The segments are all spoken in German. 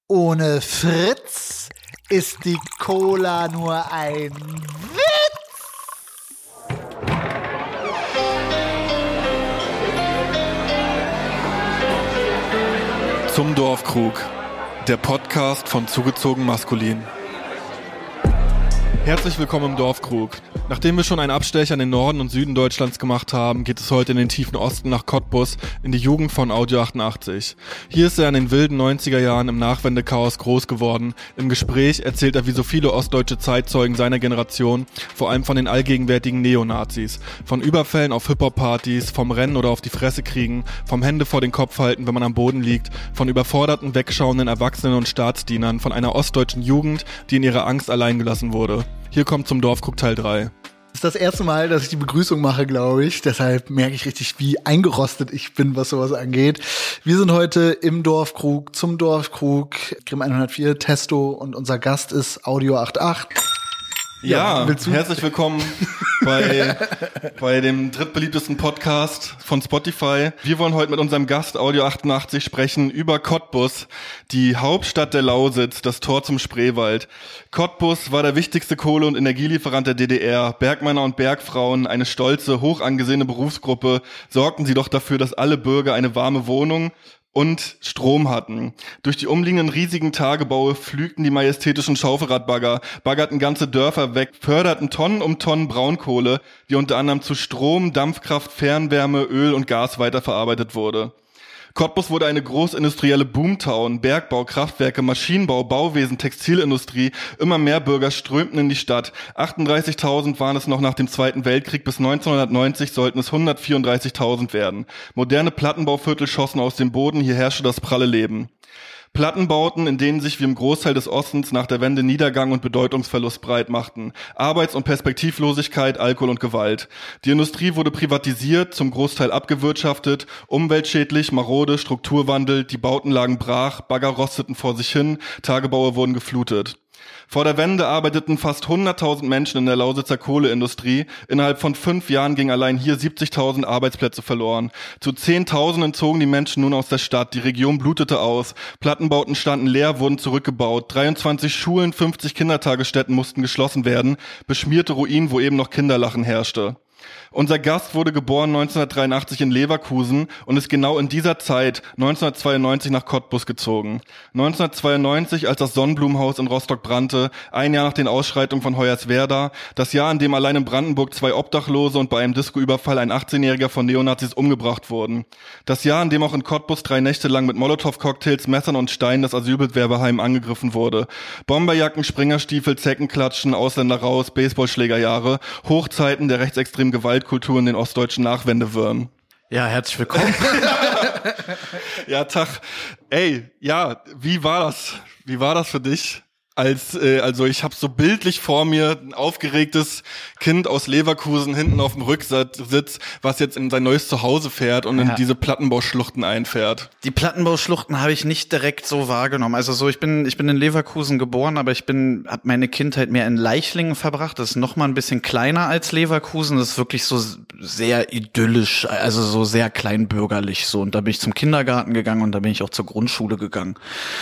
Ohne Fritz ist die Cola nur ein Witz. Zum Dorfkrug, der Podcast von Zugezogen Maskulin. Herzlich willkommen im Dorfkrug. Nachdem wir schon einen Abstecher in den Norden und Süden Deutschlands gemacht haben, geht es heute in den tiefen Osten nach Cottbus in die Jugend von Audio 88. Hier ist er in den wilden 90er Jahren im Nachwendechaos groß geworden. Im Gespräch erzählt er wie so viele ostdeutsche Zeitzeugen seiner Generation, vor allem von den allgegenwärtigen Neonazis. Von Überfällen auf Hip-Hop-Partys, vom Rennen oder auf die Fresse kriegen, vom Hände vor den Kopf halten, wenn man am Boden liegt, von überforderten, wegschauenden Erwachsenen und Staatsdienern, von einer ostdeutschen Jugend, die in ihrer Angst allein gelassen wurde. Hier kommt zum Dorfkrug Teil 3. Das ist das erste Mal, dass ich die Begrüßung mache, glaube ich. Deshalb merke ich richtig, wie eingerostet ich bin, was sowas angeht. Wir sind heute im Dorfkrug, zum Dorfkrug, Grimm 104, Testo, und unser Gast ist Audio 88. Ja, herzlich willkommen bei dem drittbeliebtesten Podcast von Spotify. Wir wollen heute mit unserem Gast Audio 88 sprechen über Cottbus, die Hauptstadt der Lausitz, das Tor zum Spreewald. Cottbus war der wichtigste Kohle- und Energielieferant der DDR. Bergmänner und Bergfrauen, eine stolze, hoch angesehene Berufsgruppe, sorgten sie doch dafür, dass alle Bürger eine warme Wohnung und Strom hatten. Durch die umliegenden riesigen Tagebaue pflügten die majestätischen Schaufelradbagger, baggerten ganze Dörfer weg, förderten Tonnen um Tonnen Braunkohle, die unter anderem zu Strom, Dampfkraft, Fernwärme, Öl und Gas weiterverarbeitet wurde. Cottbus wurde eine großindustrielle Boomtown, Bergbau, Kraftwerke, Maschinenbau, Bauwesen, Textilindustrie, immer mehr Bürger strömten in die Stadt. 38.000 waren es noch nach dem Zweiten Weltkrieg, bis 1990 sollten es 134.000 werden. Moderne Plattenbauviertel schossen aus dem Boden, hier herrschte das pralle Leben. Plattenbauten, in denen sich wie im Großteil des Ostens nach der Wende Niedergang und Bedeutungsverlust breit machten. Arbeits- und Perspektivlosigkeit, Alkohol und Gewalt. Die Industrie wurde privatisiert, zum Großteil abgewirtschaftet, umweltschädlich, marode, Strukturwandel, die Bauten lagen brach, Bagger rosteten vor sich hin, Tagebaue wurden geflutet. Vor der Wende arbeiteten fast 100.000 Menschen in der Lausitzer Kohleindustrie. Innerhalb von 5 Jahren gingen allein hier 70.000 Arbeitsplätze verloren. Zu Zehntausenden zogen die Menschen nun aus der Stadt. Die Region blutete aus. Plattenbauten standen leer, wurden zurückgebaut. 23 Schulen, 50 Kindertagesstätten mussten geschlossen werden. Beschmierte Ruinen, wo eben noch Kinderlachen herrschte. Unser Gast wurde geboren 1983 in Leverkusen und ist genau in dieser Zeit 1992 nach Cottbus gezogen. 1992, als das Sonnenblumenhaus in Rostock brannte, ein Jahr nach den Ausschreitungen von Hoyerswerda, das Jahr, in dem allein in Brandenburg 2 Obdachlose und bei einem Discoüberfall ein 18-Jähriger von Neonazis umgebracht wurden. Das Jahr, in dem auch in Cottbus 3 Nächte lang mit Molotow-Cocktails, Messern und Steinen das Asylbewerberheim angegriffen wurde. Bomberjacken, Springerstiefel, Zeckenklatschen, Ausländer raus, Baseballschlägerjahre, Hochzeiten der rechtsextremen Gewaltkultur in den ostdeutschen Nachwendewirren. Ja, herzlich willkommen. Ja, Tag. Ey, ja, wie war das? Wie war das für dich? Also ich habe so bildlich vor mir ein aufgeregtes Kind aus Leverkusen hinten auf dem Rücksitz, was jetzt in sein neues Zuhause fährt und in diese Plattenbauschluchten einfährt. Die Plattenbauschluchten habe ich nicht direkt so wahrgenommen. Also so, ich bin in Leverkusen geboren, aber habe meine Kindheit mehr in Leichlingen verbracht. Das ist noch mal ein bisschen kleiner als Leverkusen. Das ist wirklich so sehr idyllisch, also so sehr kleinbürgerlich so. Und da bin ich zum Kindergarten gegangen und da bin ich auch zur Grundschule gegangen.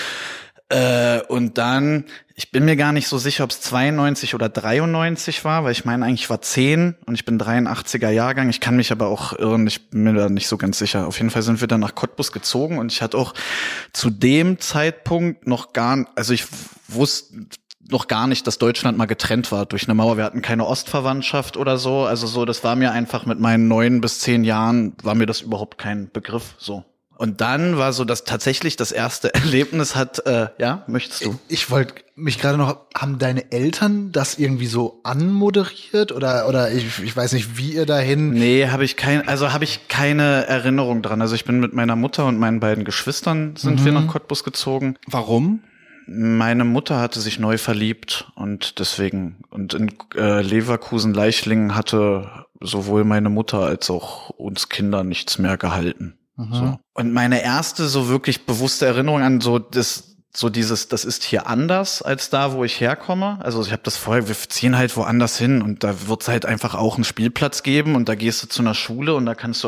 Und dann, ich bin mir gar nicht so sicher, ob es 92 oder 93 war, weil ich meine, eigentlich war 10 und ich bin 83er Jahrgang. Ich kann mich aber auch irren, ich bin mir da nicht so ganz sicher. Auf jeden Fall sind wir dann nach Cottbus gezogen und ich hatte auch zu dem Zeitpunkt ich wusste noch gar nicht, dass Deutschland mal getrennt war durch eine Mauer. Wir hatten keine Ostverwandtschaft oder so. Also so, das war mir einfach mit meinen 9 bis 10 Jahren, war mir das überhaupt kein Begriff, so. Und dann war so das tatsächlich das erste Erlebnis möchtest du? Ich wollte mich gerade noch, haben deine Eltern das irgendwie so anmoderiert oder ich weiß nicht, wie ihr dahin? Nee, habe ich keine Erinnerung dran. Also ich bin mit meiner Mutter und meinen beiden Geschwistern sind wir nach Cottbus gezogen. Warum? Meine Mutter hatte sich neu verliebt und deswegen, und in Leverkusen-Leichlingen hatte sowohl meine Mutter als auch uns Kinder nichts mehr gehalten. So. Und meine erste so wirklich bewusste Erinnerung an das ist hier anders als da, wo ich herkomme. Also ich habe das vorher, wir ziehen halt woanders hin und da wird's halt einfach auch einen Spielplatz geben und da gehst du zu einer Schule und da kannst du auch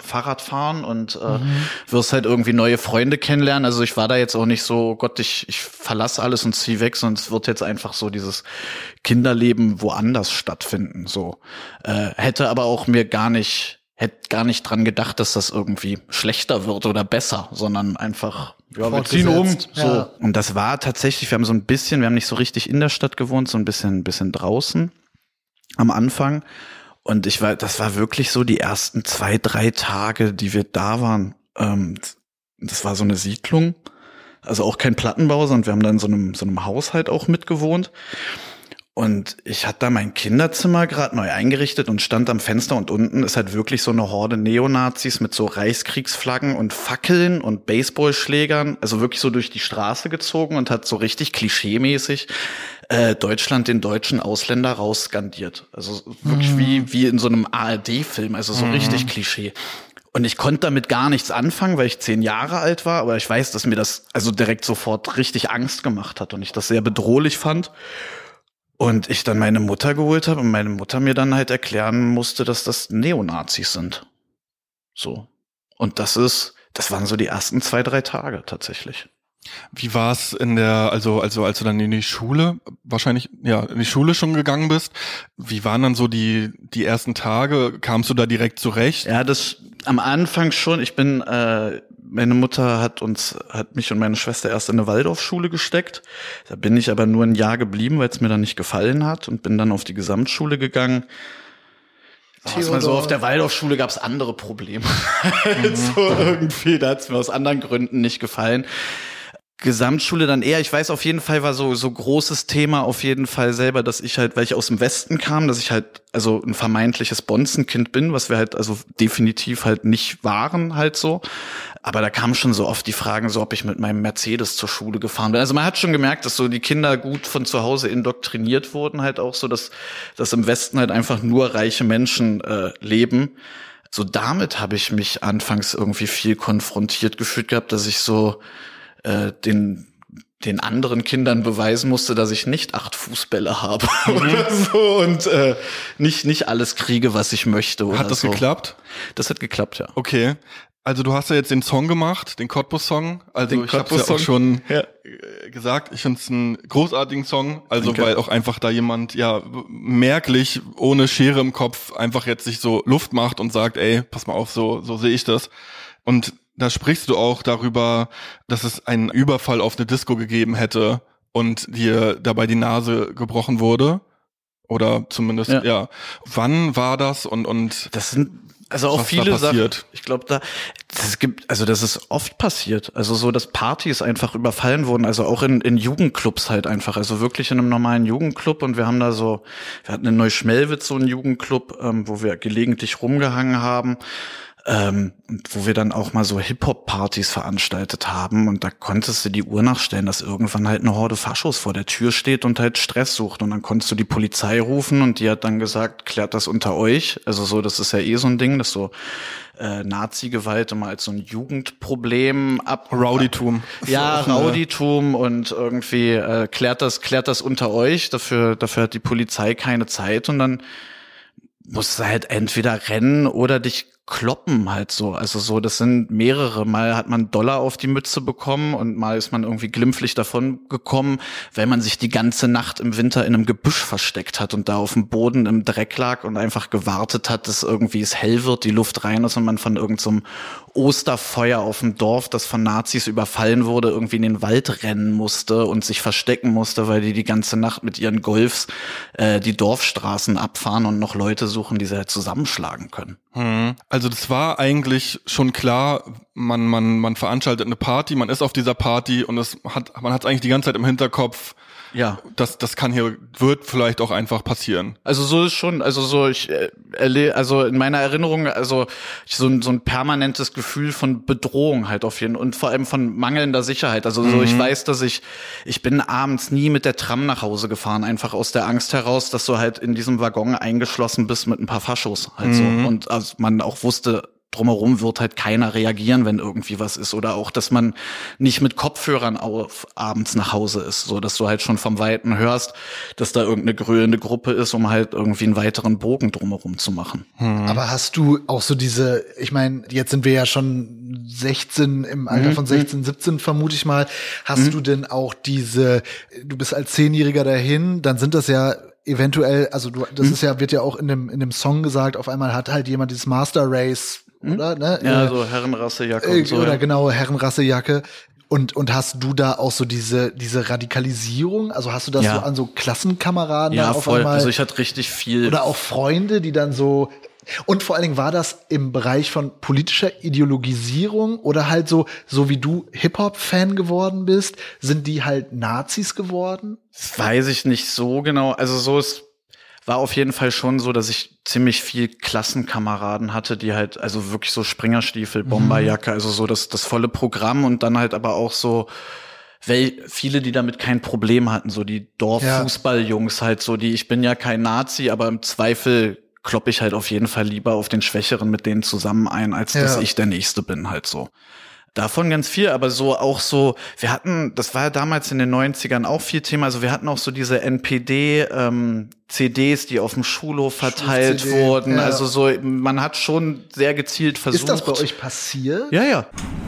Fahrrad fahren und wirst halt irgendwie neue Freunde kennenlernen. Also ich war da jetzt auch nicht so, Gott, ich verlasse alles und zieh weg, sondern es wird jetzt einfach so dieses Kinderleben woanders stattfinden. So hätte aber auch hätte gar nicht dran gedacht, dass das irgendwie schlechter wird oder besser, sondern einfach, ja, wir ziehen um. So. Ja. Und das war tatsächlich, wir haben nicht so richtig in der Stadt gewohnt, so ein bisschen draußen am Anfang. Und das war wirklich so die ersten 2-3 Tage, die wir da waren. Das war so eine Siedlung, also auch kein Plattenbau, sondern wir haben da in so einem Haushalt auch mitgewohnt. Und ich hatte da mein Kinderzimmer gerade neu eingerichtet und stand am Fenster und unten ist halt wirklich so eine Horde Neonazis mit so Reichskriegsflaggen und Fackeln und Baseballschlägern, also wirklich so durch die Straße gezogen und hat so richtig klischeemäßig Deutschland den deutschen Ausländer rausskandiert. Also wirklich wie in so einem ARD-Film, also so richtig Klischee. Und ich konnte damit gar nichts anfangen, weil ich 10 Jahre alt war, aber ich weiß, dass mir das also direkt sofort richtig Angst gemacht hat und ich das sehr bedrohlich fand. Und ich dann meine Mutter geholt habe und meine Mutter mir dann halt erklären musste, dass das Neonazis sind. So. Und das waren so die ersten 2-3 Tage tatsächlich. Wie war es also als du dann in die Schule, wahrscheinlich, ja, in die Schule schon gegangen bist, wie waren dann so die ersten Tage? Kamst du da direkt zurecht? Ja, das am Anfang schon. Meine Mutter hat mich und meine Schwester erst in eine Waldorfschule gesteckt. Da bin ich aber nur ein Jahr geblieben, weil es mir dann nicht gefallen hat und bin dann auf die Gesamtschule gegangen. Also auf der Waldorfschule gab es andere Probleme. So irgendwie, da hat es mir aus anderen Gründen nicht gefallen. Gesamtschule dann eher, ich weiß auf jeden Fall war so großes Thema auf jeden Fall selber, dass ich halt, weil ich aus dem Westen kam, dass ich halt also ein vermeintliches Bonzenkind bin, was wir halt also definitiv halt nicht waren halt so. Aber da kamen schon so oft die Fragen, so ob ich mit meinem Mercedes zur Schule gefahren bin. Also man hat schon gemerkt, dass so die Kinder gut von zu Hause indoktriniert wurden, halt auch so, dass im Westen halt einfach nur reiche Menschen leben. So damit habe ich mich anfangs irgendwie viel konfrontiert gefühlt gehabt, dass ich so den anderen Kindern beweisen musste, dass ich nicht 8 Fußbälle habe oder so und nicht alles kriege, was ich möchte. Oder hat das geklappt? Das hat geklappt, ja. Okay. Also du hast ja jetzt den Song gemacht, den Cottbus-Song. Also ich habe es ja auch schon gesagt, ich finde es einen großartigen Song. Also danke. Weil auch einfach da jemand ja merklich ohne Schere im Kopf einfach jetzt sich so Luft macht und sagt, ey, pass mal auf, so sehe ich das. Und da sprichst du auch darüber, dass es einen Überfall auf eine Disco gegeben hätte und dir dabei die Nase gebrochen wurde. Oder zumindest, ja. Wann war das und das sind also auch viele Sachen. Ich glaube, das ist oft passiert. Also so, dass Partys einfach überfallen wurden. Also auch in Jugendclubs halt einfach. Also wirklich in einem normalen Jugendclub. Und wir hatten in Neuschmelwitz so einen Jugendclub, wo wir gelegentlich rumgehangen haben. Wo wir dann auch mal so Hip-Hop-Partys veranstaltet haben und da konntest du die Uhr nachstellen, dass irgendwann halt eine Horde Faschos vor der Tür steht und halt Stress sucht und dann konntest du die Polizei rufen und die hat dann gesagt, klärt das unter euch, also so, das ist ja eh so ein Ding, dass so Nazi-Gewalt immer als so ein Jugendproblem Rowdytum. Ja, Rowdytum und irgendwie klärt das unter euch, dafür hat die Polizei keine Zeit und dann musst du halt entweder rennen oder dich kloppen halt so. Also so, das sind mehrere. Mal hat man $1 auf die Mütze bekommen und mal ist man irgendwie glimpflich davon gekommen, weil man sich die ganze Nacht im Winter in einem Gebüsch versteckt hat und da auf dem Boden im Dreck lag und einfach gewartet hat, dass irgendwie es hell wird, die Luft rein ist und man von irgendeinem Osterfeuer auf dem Dorf, das von Nazis überfallen wurde, irgendwie in den Wald rennen musste und sich verstecken musste, weil die ganze Nacht mit ihren Golfs die Dorfstraßen abfahren und noch Leute suchen, die sie halt zusammenschlagen können. Also das war eigentlich schon klar, man veranstaltet eine Party, man ist auf dieser Party und man hat eigentlich die ganze Zeit im Hinterkopf, ja, das wird vielleicht auch einfach passieren. Also so ist schon, also so also in meiner Erinnerung, also so ein permanentes Gefühl von Bedrohung halt auf jeden Fall und vor allem von mangelnder Sicherheit. Also so, ich weiß, dass ich bin abends nie mit der Tram nach Hause gefahren, einfach aus der Angst heraus, dass du halt in diesem Waggon eingeschlossen bist mit ein paar Faschos halt so und also man auch wusste, drumherum wird halt keiner reagieren, wenn irgendwie was ist. Oder auch, dass man nicht mit Kopfhörern abends nach Hause ist, so dass du halt schon vom Weiten hörst, dass da irgendeine grölende Gruppe ist, um halt irgendwie einen weiteren Bogen drumherum zu machen. Aber hast du auch so diese, ich meine, jetzt sind wir ja schon 16, im Alter von 16, 17 vermute ich mal. Hast du denn auch du bist als 10-Jähriger dahin, dann sind das ja eventuell, also das ist ja, wird ja auch in dem Song gesagt, auf einmal hat halt jemand dieses Master Race, oder? Ne? Ja, so Herrenrassejacke und so. Oder ja. genau, Herrenrassejacke. Und hast du da auch so diese Radikalisierung? Also hast du das so an so Klassenkameraden ja, dann auf voll. einmal? Also ich hatte richtig viel. Oder auch Freunde, die dann so. Und vor allen Dingen war das im Bereich von politischer Ideologisierung oder halt so wie du Hip-Hop-Fan geworden bist, sind die halt Nazis geworden? Das weiß ich nicht so genau. Also es war auf jeden Fall schon so, dass ich ziemlich viel Klassenkameraden hatte, die halt, also wirklich so Springerstiefel, Bomberjacke, also so das volle Programm und dann halt aber auch so, viele, die damit kein Problem hatten, so die Dorffußballjungs halt so, ich bin ja kein Nazi, aber im Zweifel klopp ich halt auf jeden Fall lieber auf den Schwächeren mit denen zusammen ein, als dass ich der Nächste bin halt so. Davon ganz viel, aber so auch so, wir hatten, das war ja damals in den 90ern auch viel Thema, also wir hatten auch so diese NPD-CDs, die auf dem Schulhof verteilt wurden, also so, man hat schon sehr gezielt versucht. Ist das bei euch passiert? Ja.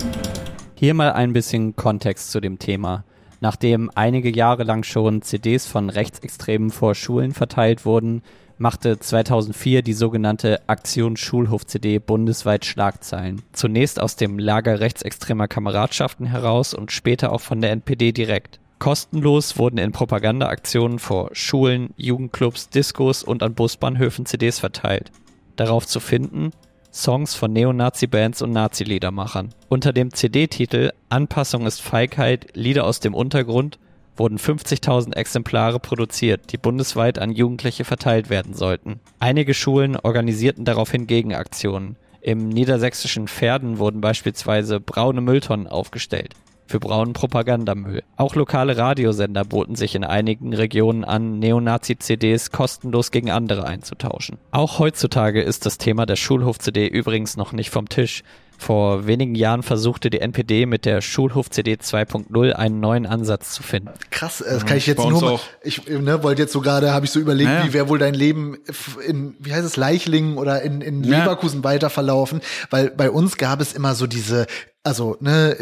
Hier mal ein bisschen Kontext zu dem Thema. Nachdem einige Jahre lang schon CDs von Rechtsextremen vor Schulen verteilt wurden, machte 2004 die sogenannte Aktion Schulhof-CD bundesweit Schlagzeilen. Zunächst aus dem Lager rechtsextremer Kameradschaften heraus und später auch von der NPD direkt. Kostenlos wurden in Propagandaaktionen vor Schulen, Jugendclubs, Diskos und an Busbahnhöfen CDs verteilt. Darauf zu finden Songs von Neonazi-Bands und Nazi-Liedermachern. Unter dem CD-Titel Anpassung ist Feigheit, Lieder aus dem Untergrund wurden 50.000 Exemplare produziert, die bundesweit an Jugendliche verteilt werden sollten. Einige Schulen organisierten daraufhin Gegenaktionen. Im niedersächsischen Verden wurden beispielsweise braune Mülltonnen aufgestellt für braunen Propagandamüll. Auch lokale Radiosender boten sich in einigen Regionen an, Neonazi-CDs kostenlos gegen andere einzutauschen. Auch heutzutage ist das Thema der Schulhof-CD übrigens noch nicht vom Tisch. Vor wenigen Jahren versuchte die NPD mit der Schulhof-CD 2.0 einen neuen Ansatz zu finden. Krass, das kann ich jetzt nur mal, wollte jetzt so gerade, habe ich so überlegt, wie wäre wohl dein Leben in, wie heißt es, Leichlingen oder in Leverkusen weiter verlaufen, weil bei uns gab es immer so diese, also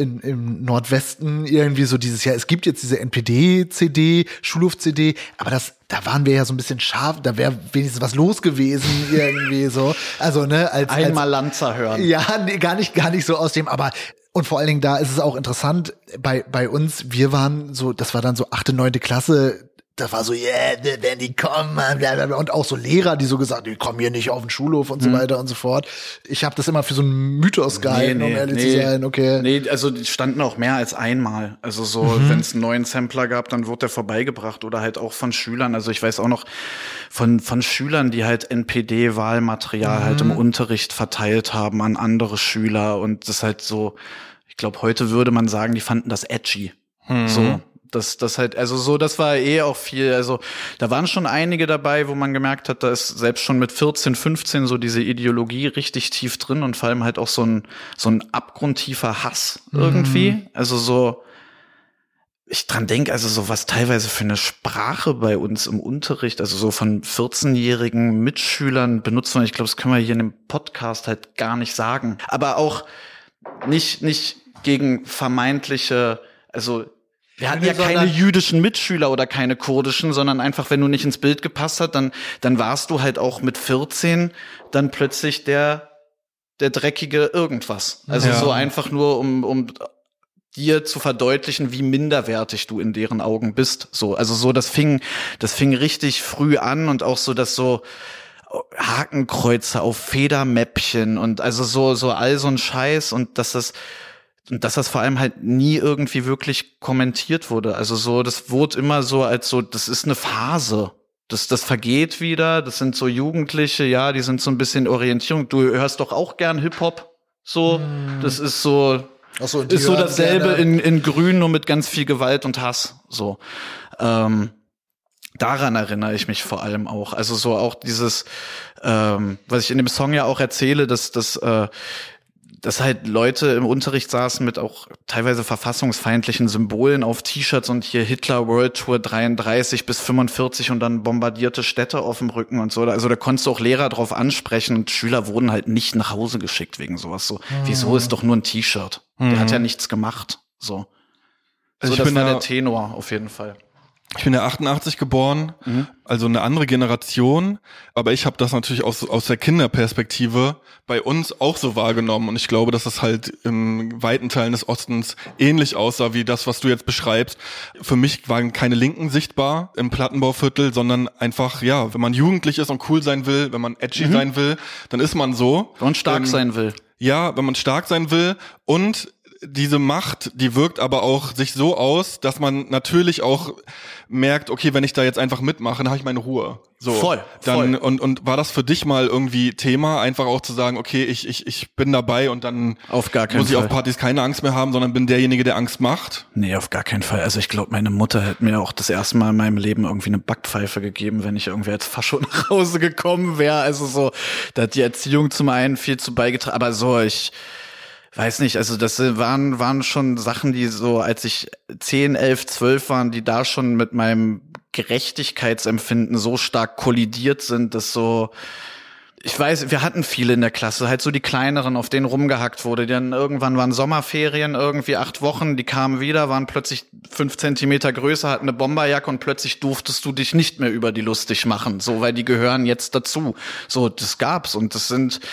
im Nordwesten irgendwie so dieses Jahr, es gibt jetzt diese NPD-CD, Schulhof-CD, aber da waren wir ja so ein bisschen scharf, da wäre wenigstens was los gewesen irgendwie so. Also als einmal Lanza hören. Ja, nee, gar nicht so aus dem, aber und vor allen Dingen da ist es auch interessant, bei uns, wir waren so, das war dann so 8., 9. Klasse, das war so, wenn die kommen, blablabla. Und auch so Lehrer, die so gesagt, die kommen hier nicht auf den Schulhof und so weiter und so fort. Ich habe das immer für so einen Mythos gehalten, um ehrlich zu sein, okay. Nee, also die standen auch mehr als einmal. Also so, wenn es einen neuen Sampler gab, dann wurde der vorbeigebracht oder halt auch von Schülern. Also ich weiß auch noch von Schülern, die halt NPD-Wahlmaterial halt im Unterricht verteilt haben an andere Schüler und das halt so, ich glaube, heute würde man sagen, die fanden das edgy. So. Das halt, also so, das war auch viel, also da waren schon einige dabei, wo man gemerkt hat, da ist selbst schon mit 14, 15 so diese Ideologie richtig tief drin und vor allem halt auch so ein abgrundtiefer Hass irgendwie. Also so, ich dran denke, also so was teilweise für eine Sprache bei uns im Unterricht, also so von 14-jährigen Mitschülern benutzt man, ich glaube, das können wir hier in dem Podcast halt gar nicht sagen. Aber auch nicht gegen vermeintliche, also wir hatten ja keine jüdischen Mitschüler oder keine kurdischen, sondern einfach, wenn du nicht ins Bild gepasst hast, dann warst du halt auch mit 14 dann plötzlich der dreckige irgendwas. Also so einfach nur, um dir zu verdeutlichen, wie minderwertig du in deren Augen bist. So, also so, das fing richtig früh an und auch so, dass so Hakenkreuze auf Federmäppchen und also so all so ein Scheiß und dass das vor allem halt nie irgendwie wirklich kommentiert wurde. Also so, das wurde immer so als so, das ist eine Phase. Das vergeht wieder. Das sind so Jugendliche, ja, die sind so ein bisschen Orientierung. Du hörst doch auch gern Hip-Hop. So, das ist so, ist so dasselbe in Grün, nur mit ganz viel Gewalt und Hass. So, daran erinnere ich mich vor allem auch. Also so auch dieses, was ich in dem Song ja auch erzähle, dass halt Leute im Unterricht saßen mit auch teilweise verfassungsfeindlichen Symbolen auf T-Shirts und hier Hitler World Tour 33 bis 45 und dann bombardierte Städte auf dem Rücken und so. Also da konntest du auch Lehrer drauf ansprechen und Schüler wurden halt nicht nach Hause geschickt wegen sowas. So, wieso ist doch nur ein T-Shirt? Der hat ja nichts gemacht. So, also das war der Tenor auf jeden Fall. Ich bin ja 88 geboren, also eine andere Generation, aber ich habe das natürlich aus der Kinderperspektive bei uns auch so wahrgenommen und ich glaube, dass das halt in weiten Teilen des Ostens ähnlich aussah wie das, was du jetzt beschreibst. Für mich waren keine Linken sichtbar im Plattenbauviertel, sondern einfach, ja, wenn man jugendlich ist und cool sein will, wenn man edgy sein will, dann ist man so. Und stark sein will. Ja, wenn man stark sein will und diese Macht, die wirkt aber auch sich so aus, dass man natürlich auch merkt, okay, wenn ich da jetzt einfach mitmache, dann habe ich meine Ruhe. So, voll. Und war das für dich mal irgendwie Thema, einfach auch zu sagen, okay, ich bin dabei und dann auf gar keinen muss ich Fall auf Partys keine Angst mehr haben, sondern bin derjenige, der Angst macht? Nee, auf gar keinen Fall. Also ich glaube, meine Mutter hätte mir auch das erste Mal in meinem Leben irgendwie eine Backpfeife gegeben, wenn ich irgendwie als Fascho nach Hause gekommen wäre. Also so, da hat die Erziehung zum einen viel zu beigetragen, aber so, ich weiß nicht, also das waren schon Sachen, die so, als ich 10, 11, 12 waren, die da schon mit meinem Gerechtigkeitsempfinden so stark kollidiert sind, dass so, ich weiß, wir hatten viele in der Klasse, halt so die kleineren, auf denen rumgehackt wurde, die dann irgendwann waren Sommerferien, irgendwie 8 Wochen, die kamen wieder, waren plötzlich 5 Zentimeter größer, hatten eine Bomberjacke und plötzlich durftest du dich nicht mehr über die lustig machen, so, weil die gehören jetzt dazu. So, das gab's und das sind,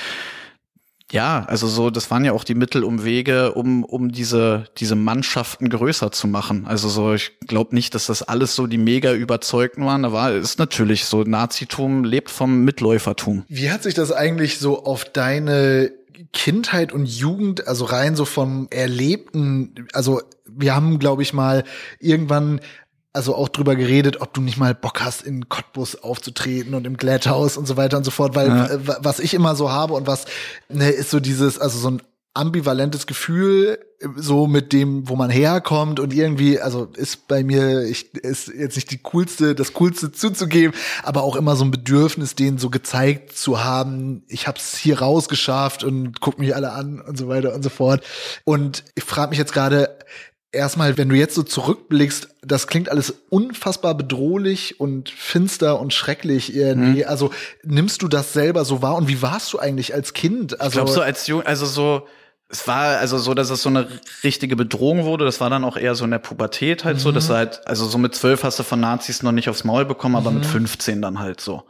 ja, also so, das waren ja auch die Mittel und Wege, um diese Mannschaften größer zu machen. Also so, ich glaube nicht, dass das alles so die mega Überzeugten waren. Ist natürlich so, Nazitum lebt vom Mitläufertum. Wie hat sich das eigentlich so auf deine Kindheit und Jugend, also rein so vom Erlebten, also wir haben, glaube ich, mal irgendwann also auch drüber geredet, ob du nicht mal Bock hast, in Cottbus aufzutreten und im Glätthaus und so weiter und so fort, weil was ich immer so habe und was ist so dieses, also so ein ambivalentes Gefühl, so mit dem, wo man herkommt und irgendwie, also ist bei mir, ist jetzt nicht das Coolste zuzugeben, aber auch immer so ein Bedürfnis, denen so gezeigt zu haben, ich hab's hier rausgeschafft und guck mich alle an und so weiter und so fort. Und ich frage mich jetzt gerade, erstmal, wenn du jetzt so zurückblickst, das klingt alles unfassbar bedrohlich und finster und schrecklich irgendwie. Also nimmst du das selber so wahr und wie warst du eigentlich als Kind? Also, ich glaube so als Jung, also so, es war also so, dass es so eine richtige Bedrohung wurde. Das war dann auch eher so in der Pubertät halt so, dass halt, also so mit 12 hast du von Nazis noch nicht aufs Maul bekommen, aber mit 15 dann halt so.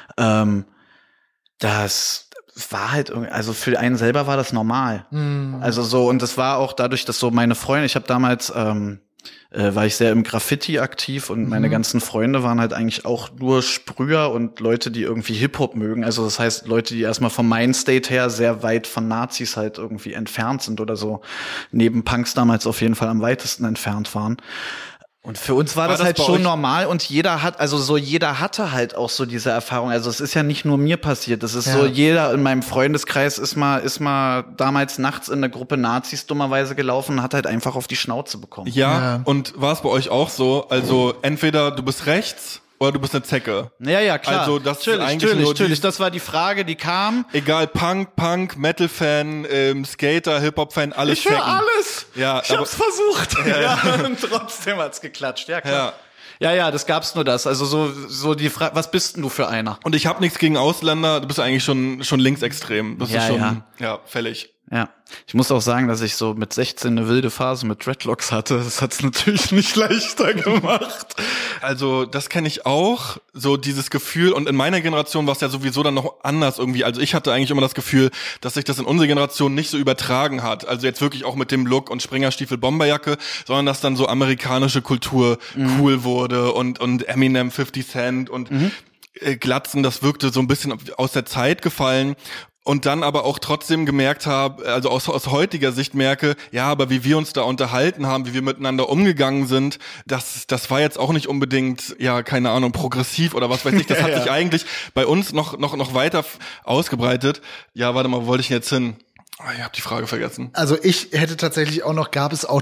Das war halt irgendwie, also für einen selber war das normal. Also so, und das war auch dadurch, dass so meine Freunde, ich habe damals, war ich sehr im Graffiti aktiv und meine ganzen Freunde waren halt eigentlich auch nur Sprüher und Leute, die irgendwie Hip-Hop mögen. Also das heißt, Leute, die erstmal vom Mindstate her sehr weit von Nazis halt irgendwie entfernt sind oder so, neben Punks damals auf jeden Fall am weitesten entfernt waren. Und für uns war das halt schon normal und jeder hatte halt auch so diese Erfahrung. Also es ist ja nicht nur mir passiert, das ist so, jeder in meinem Freundeskreis ist mal damals nachts in eine Gruppe Nazis dummerweise gelaufen und hat halt einfach auf die Schnauze bekommen. Ja. Und war es bei euch auch so? Also entweder du bist rechts oder du bist eine Zecke. Ja, klar. Also das natürlich. Das war die Frage, die kam. Egal, Punk, Metal-Fan, Skater, Hip-Hop-Fan, alles ich höre alles. Ja, ich hab's versucht. Ja, und trotzdem hat's geklatscht. Ja, klar. Ja, das gab's nur das. Also so die Frage, was bist denn du für einer? Und ich habe nichts gegen Ausländer, du bist eigentlich schon linksextrem. Das ist schon fällig. Ja, ich muss auch sagen, dass ich so mit 16 eine wilde Phase mit Dreadlocks hatte. Das hat's natürlich nicht leichter gemacht. Also das kenne ich auch, so dieses Gefühl. Und in meiner Generation war es ja sowieso dann noch anders irgendwie. Also ich hatte eigentlich immer das Gefühl, dass sich das in unserer Generation nicht so übertragen hat. Also jetzt wirklich auch mit dem Look und Springerstiefel, Bomberjacke, sondern dass dann so amerikanische Kultur cool wurde und Eminem, 50 Cent und Glatzen, das wirkte so ein bisschen aus der Zeit gefallen. Und dann aber auch trotzdem gemerkt habe, also aus heutiger Sicht merke, ja, aber wie wir uns da unterhalten haben, wie wir miteinander umgegangen sind, das war jetzt auch nicht unbedingt, ja, keine Ahnung, progressiv oder was weiß ich. Das hat sich eigentlich bei uns noch weiter ausgebreitet. Ja, warte mal, wo wollte ich denn jetzt hin? Ich habe die Frage vergessen. Also ich hätte tatsächlich auch noch,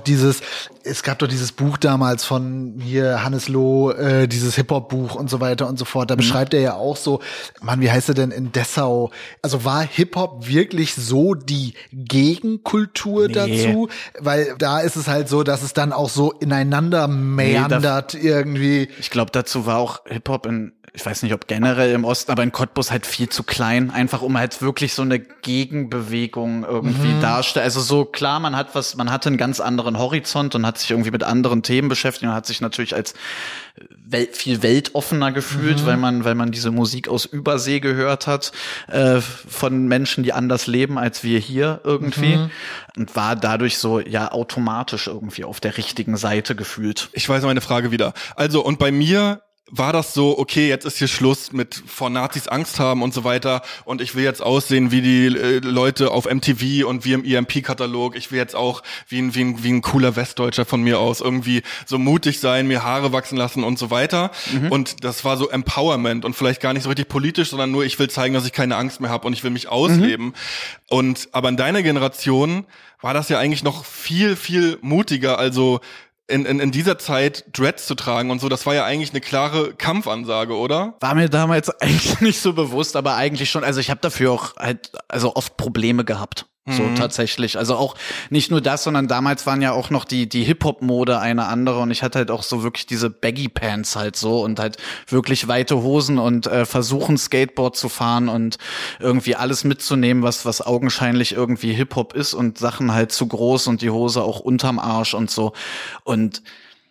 es gab doch dieses Buch damals von hier Hannes Loh, dieses Hip-Hop-Buch und so weiter und so fort. Da beschreibt er ja auch so, Mann, wie heißt er denn in Dessau? Also war Hip-Hop wirklich so die Gegenkultur dazu? Weil da ist es halt so, dass es dann auch so ineinander meandert irgendwie. Ich glaube, dazu war auch Hip-Hop ich weiß nicht, ob generell im Osten, aber in Cottbus halt viel zu klein, einfach um halt wirklich so eine Gegenbewegung irgendwie darstellen. Also so klar, man hatte einen ganz anderen Horizont und hat sich irgendwie mit anderen Themen beschäftigt und hat sich natürlich als viel weltoffener gefühlt, weil man diese Musik aus Übersee gehört hat, von Menschen, die anders leben als wir hier irgendwie, und war dadurch so ja automatisch irgendwie auf der richtigen Seite gefühlt. Ich weiß meine Frage wieder. Also, und bei mir war das so, okay, jetzt ist hier Schluss mit vor Nazis Angst haben und so weiter und ich will jetzt aussehen wie die Leute auf MTV und wie im EMP-Katalog. Ich will jetzt auch wie ein cooler Westdeutscher von mir aus irgendwie so mutig sein, mir Haare wachsen lassen und so weiter. Und das war so Empowerment und vielleicht gar nicht so richtig politisch, sondern nur, ich will zeigen, dass ich keine Angst mehr habe und ich will mich ausleben. Aber in deiner Generation war das ja eigentlich noch viel, viel mutiger, also in dieser Zeit Dreads zu tragen und so, das war ja eigentlich eine klare Kampfansage, oder? War mir damals eigentlich nicht so bewusst, aber eigentlich schon. Also ich habe dafür auch halt oft Probleme gehabt. So tatsächlich. Also auch nicht nur das, sondern damals waren ja auch noch die Hip-Hop-Mode eine andere und ich hatte halt auch so wirklich diese Baggy-Pants halt so und halt wirklich weite Hosen und versuchen Skateboard zu fahren und irgendwie alles mitzunehmen, was augenscheinlich irgendwie Hip-Hop ist und Sachen halt zu groß und die Hose auch unterm Arsch und so. Und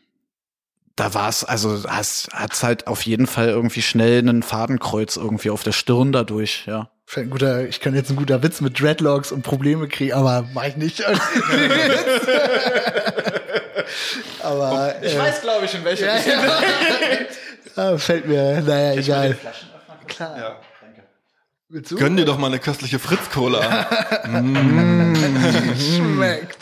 da war's, also hat's halt auf jeden Fall irgendwie schnell einen Fadenkreuz irgendwie auf der Stirn dadurch, ja. Ich kann jetzt ein guter Witz mit Dreadlocks und Probleme kriegen, aber mach ich nicht. Aber ich weiß, glaube ich, in welcher Richtung. Fällt mir, naja, egal. Klar. Ja. Danke. Gönn dir doch mal eine köstliche Fritz-Cola. Schmeckt.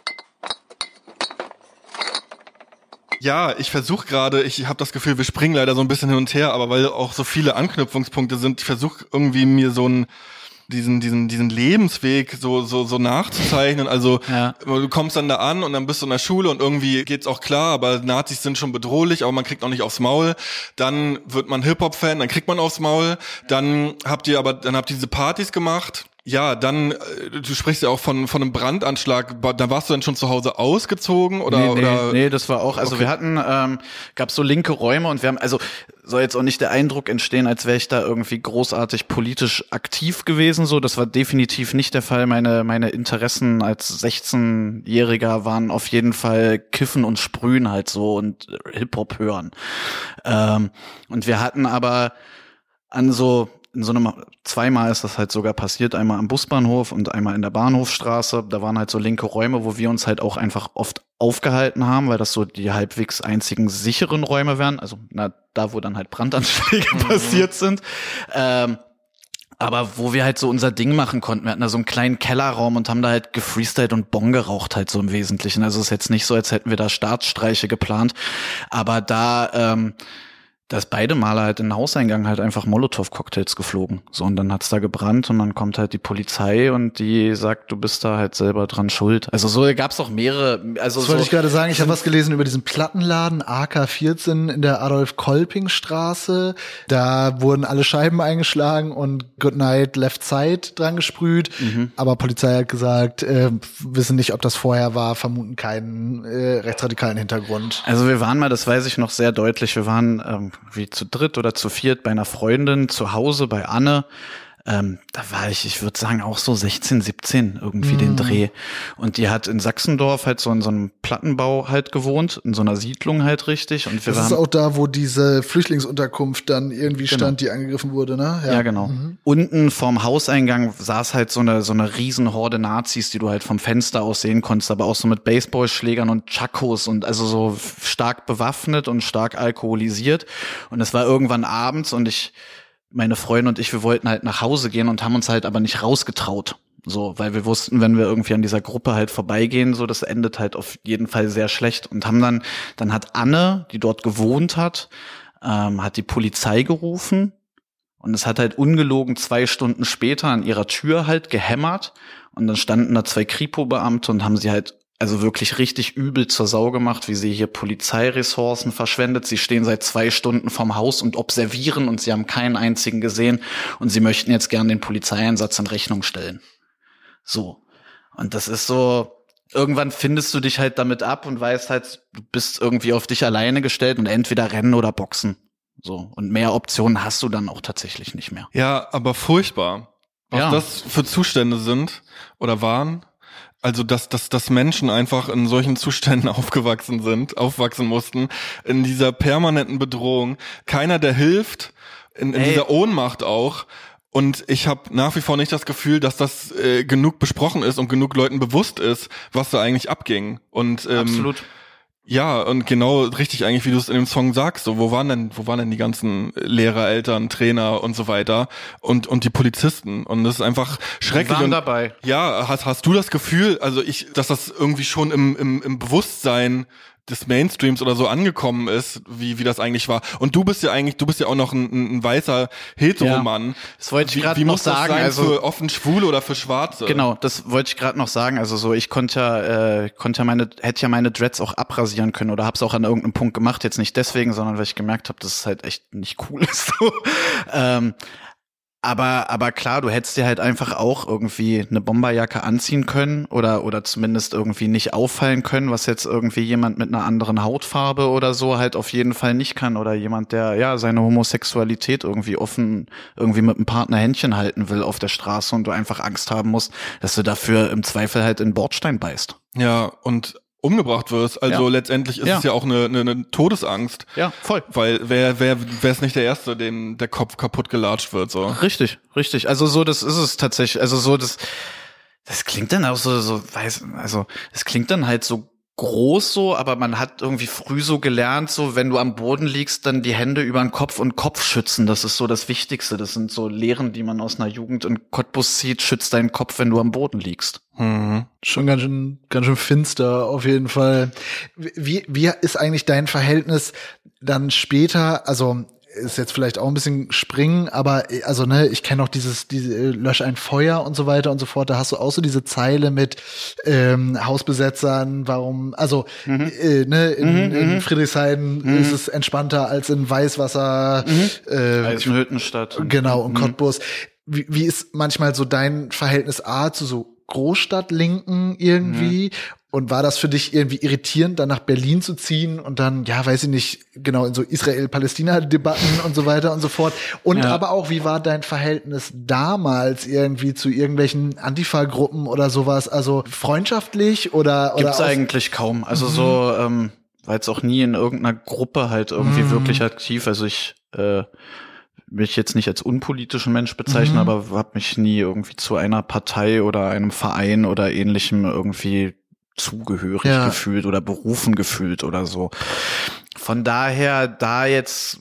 Ja, ich versuche gerade, ich habe das Gefühl, wir springen leider so ein bisschen hin und her, aber weil auch so viele Anknüpfungspunkte sind, ich versuche irgendwie mir so diesen Lebensweg so nachzuzeichnen. Also du kommst dann da an und dann bist du in der Schule und irgendwie geht's auch klar, aber Nazis sind schon bedrohlich, aber man kriegt auch nicht aufs Maul. Dann wird man Hip-Hop-Fan, dann kriegt man aufs Maul. Dann habt ihr diese Partys gemacht. Ja, dann, du sprichst ja auch von einem Brandanschlag, da warst du dann schon zu Hause ausgezogen oder? Nee, das war auch, also okay. Wir hatten, gab so linke Räume und wir haben, also soll jetzt auch nicht der Eindruck entstehen, als wäre ich da irgendwie großartig politisch aktiv gewesen, so, das war definitiv nicht der Fall. Meine Interessen als 16-Jähriger waren auf jeden Fall Kiffen und Sprühen halt so und Hip-Hop hören. Und wir hatten aber in so einem, zweimal ist das halt sogar passiert, einmal am Busbahnhof und einmal in der Bahnhofstraße. Da waren halt so linke Räume, wo wir uns halt auch einfach oft aufgehalten haben, weil das so die halbwegs einzigen sicheren Räume wären. Also da, wo dann halt Brandanschläge passiert sind. Aber wo wir halt so unser Ding machen konnten. Wir hatten da so einen kleinen Kellerraum und haben da halt gefreestylt und Bong geraucht halt so im Wesentlichen. Also es ist jetzt nicht so, als hätten wir da Staatsstreiche geplant. Aber dass beide Male halt in den Hauseingang halt einfach Molotow-Cocktails geflogen. So, und dann hat's da gebrannt und dann kommt halt die Polizei und die sagt, du bist da halt selber dran schuld. Also so gab's auch mehrere, also das wollte ich gerade sagen, ich habe was gelesen über diesen Plattenladen AK14 in der Adolf-Kolping-Straße. Da wurden alle Scheiben eingeschlagen und Goodnight Left Side dran gesprüht. Aber Polizei hat gesagt, wissen nicht, ob das vorher war, vermuten keinen rechtsradikalen Hintergrund. Also wir waren mal, das weiß ich noch sehr deutlich, wir waren wie zu dritt oder zu viert bei einer Freundin zu Hause bei Anne. Da war ich würde sagen auch so 16, 17 irgendwie den Dreh. Und die hat in Sachsendorf halt so in so einem Plattenbau halt gewohnt, in so einer Siedlung halt richtig. Und das ist auch da, wo diese Flüchtlingsunterkunft dann irgendwie stand, die angegriffen wurde, ne? Ja, genau. Unten vorm Hauseingang saß halt so eine Riesenhorde Nazis, die du halt vom Fenster aus sehen konntest, aber auch so mit Baseballschlägern und Chakos und also so stark bewaffnet und stark alkoholisiert. Und es war irgendwann abends und meine Freundin und ich, wir wollten halt nach Hause gehen und haben uns halt aber nicht rausgetraut. So, weil wir wussten, wenn wir irgendwie an dieser Gruppe halt vorbeigehen, so, das endet halt auf jeden Fall sehr schlecht. Und haben dann hat Anne, die dort gewohnt hat die Polizei gerufen. Und es hat halt ungelogen 2 Stunden später an ihrer Tür halt gehämmert und dann standen da 2 Kripo-Beamte und haben sie halt also wirklich richtig übel zur Sau gemacht, wie sie hier Polizeiressourcen verschwendet. Sie stehen seit 2 Stunden vorm Haus und observieren und sie haben keinen einzigen gesehen und sie möchten jetzt gern den Polizeieinsatz in Rechnung stellen. So. Und das ist so, irgendwann findest du dich halt damit ab und weißt halt, du bist irgendwie auf dich alleine gestellt und entweder rennen oder boxen. So. Und mehr Optionen hast du dann auch tatsächlich nicht mehr. Ja, aber furchtbar. Was das für Zustände sind oder waren. Also, dass Menschen einfach in solchen Zuständen aufwachsen mussten, in dieser permanenten Bedrohung. Keiner, der hilft, in dieser Ohnmacht auch. Und ich habe nach wie vor nicht das Gefühl, dass das genug besprochen ist und genug Leuten bewusst ist, was da eigentlich abging. Und absolut. Ja, und genau richtig eigentlich, wie du es in dem Song sagst, so wo waren denn die ganzen Lehrer, Eltern, Trainer und so weiter und die Polizisten, und das ist einfach schrecklich. Die waren dabei. Ja, hast du das Gefühl, also dass das irgendwie schon im Bewusstsein des Mainstreams oder so angekommen ist, wie das eigentlich war. Und du bist ja auch noch ein weißer Heteromann. Das wollte ich gerade noch sagen. Wie muss das sein, für offen Schwule oder für Schwarze? Genau, das wollte ich gerade noch sagen. Also so, ich hätte ja meine Dreads auch abrasieren können oder hab's auch an irgendeinem Punkt gemacht. Jetzt nicht deswegen, sondern weil ich gemerkt habe, dass es halt echt nicht cool ist. Aber klar, du hättest dir halt einfach auch irgendwie eine Bomberjacke anziehen können oder zumindest irgendwie nicht auffallen können, was jetzt irgendwie jemand mit einer anderen Hautfarbe oder so halt auf jeden Fall nicht kann, oder jemand, der ja seine Homosexualität irgendwie offen irgendwie mit einem Partner Händchen halten will auf der Straße und du einfach Angst haben musst, dass du dafür im Zweifel halt in den Bordstein beißt. Ja, und umgebracht wirst. Also letztendlich ist es ja auch eine Todesangst. Ja, voll. Weil wer ist nicht der Erste, dem der Kopf kaputt gelatscht wird, so. Richtig. Also so, das ist es tatsächlich. Also so, das klingt dann auch so, es klingt dann halt so groß so, aber man hat irgendwie früh so gelernt, so wenn du am Boden liegst, dann die Hände über den Kopf und Kopf schützen. Das ist so das Wichtigste. Das sind so Lehren, die man aus einer Jugend in Cottbus zieht. Schützt deinen Kopf, wenn du am Boden liegst. Mhm. Schon ganz schön finster auf jeden Fall. Wie ist eigentlich dein Verhältnis dann später, also ist jetzt vielleicht auch ein bisschen springen, aber also ich kenne auch diese Lösch ein Feuer und so weiter und so fort, da hast du auch so diese Zeile mit Hausbesetzern, warum, also in Friedrichshain ist es entspannter als in Weißwasser, Eisenhüttenstadt. Genau, und Cottbus. Wie ist manchmal so dein Verhältnis zu so Großstadtlinken irgendwie? Und war das für dich irgendwie irritierend, dann nach Berlin zu ziehen und dann, ja, weiß ich nicht, genau, in so Israel-Palästina-Debatten und so weiter und so fort. Und aber auch, wie war dein Verhältnis damals irgendwie zu irgendwelchen Antifa-Gruppen oder sowas? Also freundschaftlich oder gibt's eigentlich kaum. Also so, war jetzt auch nie in irgendeiner Gruppe halt irgendwie wirklich aktiv. Also ich mich jetzt nicht als unpolitischen Mensch bezeichnen, aber habe mich nie irgendwie zu einer Partei oder einem Verein oder ähnlichem irgendwie zugehörig gefühlt oder berufen gefühlt oder so. Von daher da jetzt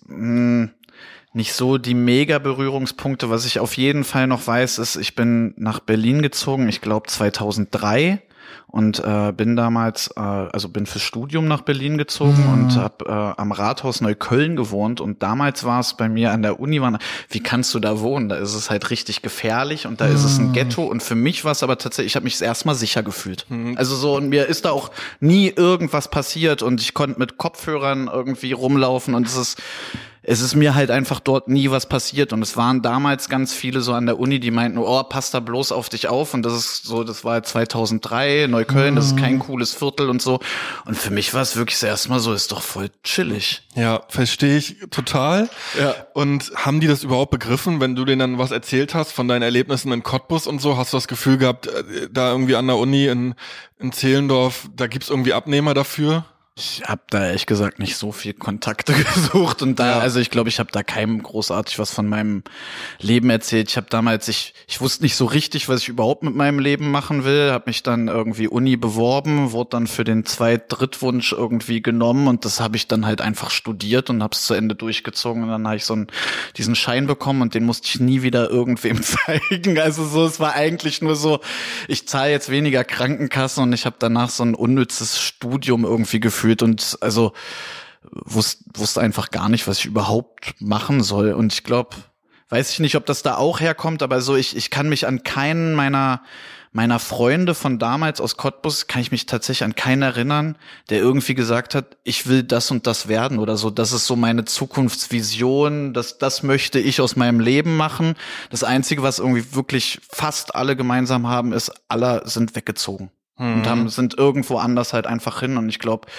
nicht so die mega Berührungspunkte. Was ich auf jeden Fall noch weiß, ist, ich bin nach Berlin gezogen, ich glaube 2003. Und bin damals, bin fürs Studium nach Berlin gezogen und habe am Rathaus Neukölln gewohnt. Und damals war es bei mir an der Uni, wie kannst du da wohnen? Da ist es halt richtig gefährlich und da ist es ein Ghetto. Und für mich war es aber tatsächlich, ich habe mich erstmal sicher gefühlt. Also so, und mir ist da auch nie irgendwas passiert und ich konnte mit Kopfhörern irgendwie rumlaufen und es ist mir halt einfach dort nie was passiert. Und es waren damals ganz viele so an der Uni, die meinten, oh, pass da bloß auf dich auf. Und das war 2003, Neukölln, das ist kein cooles Viertel und so. Und für mich war es wirklich das erste Mal so, ist doch voll chillig. Ja, verstehe ich total. Ja. Und haben die das überhaupt begriffen, wenn du denen dann was erzählt hast von deinen Erlebnissen in Cottbus und so? Hast du das Gefühl gehabt, da irgendwie an der Uni in Zehlendorf, da gibt's irgendwie Abnehmer dafür? Ich habe da ehrlich gesagt nicht so viel Kontakte gesucht und also ich glaube, ich habe da keinem großartig was von meinem Leben erzählt. Ich habe damals, ich wusste nicht so richtig, was ich überhaupt mit meinem Leben machen will, habe mich dann irgendwie Uni beworben, wurde dann für den Zweit-Drittwunsch irgendwie genommen und das habe ich dann halt einfach studiert und habe es zu Ende durchgezogen und dann habe ich diesen Schein bekommen und den musste ich nie wieder irgendwem zeigen. Also so, es war eigentlich nur so, ich zahle jetzt weniger Krankenkasse und ich habe danach so ein unnützes Studium irgendwie geführt und also wusste einfach gar nicht, was ich überhaupt machen soll. Und ich glaube, weiß ich nicht, ob das da auch herkommt, aber so ich kann mich an keinen meiner Freunde von damals aus Cottbus, kann ich mich tatsächlich an keinen erinnern, der irgendwie gesagt hat, ich will das und das werden oder so. Das ist so meine Zukunftsvision, das möchte ich aus meinem Leben machen. Das Einzige, was irgendwie wirklich fast alle gemeinsam haben, ist, alle sind weggezogen und sind irgendwo anders halt einfach hin. Und ich glaube,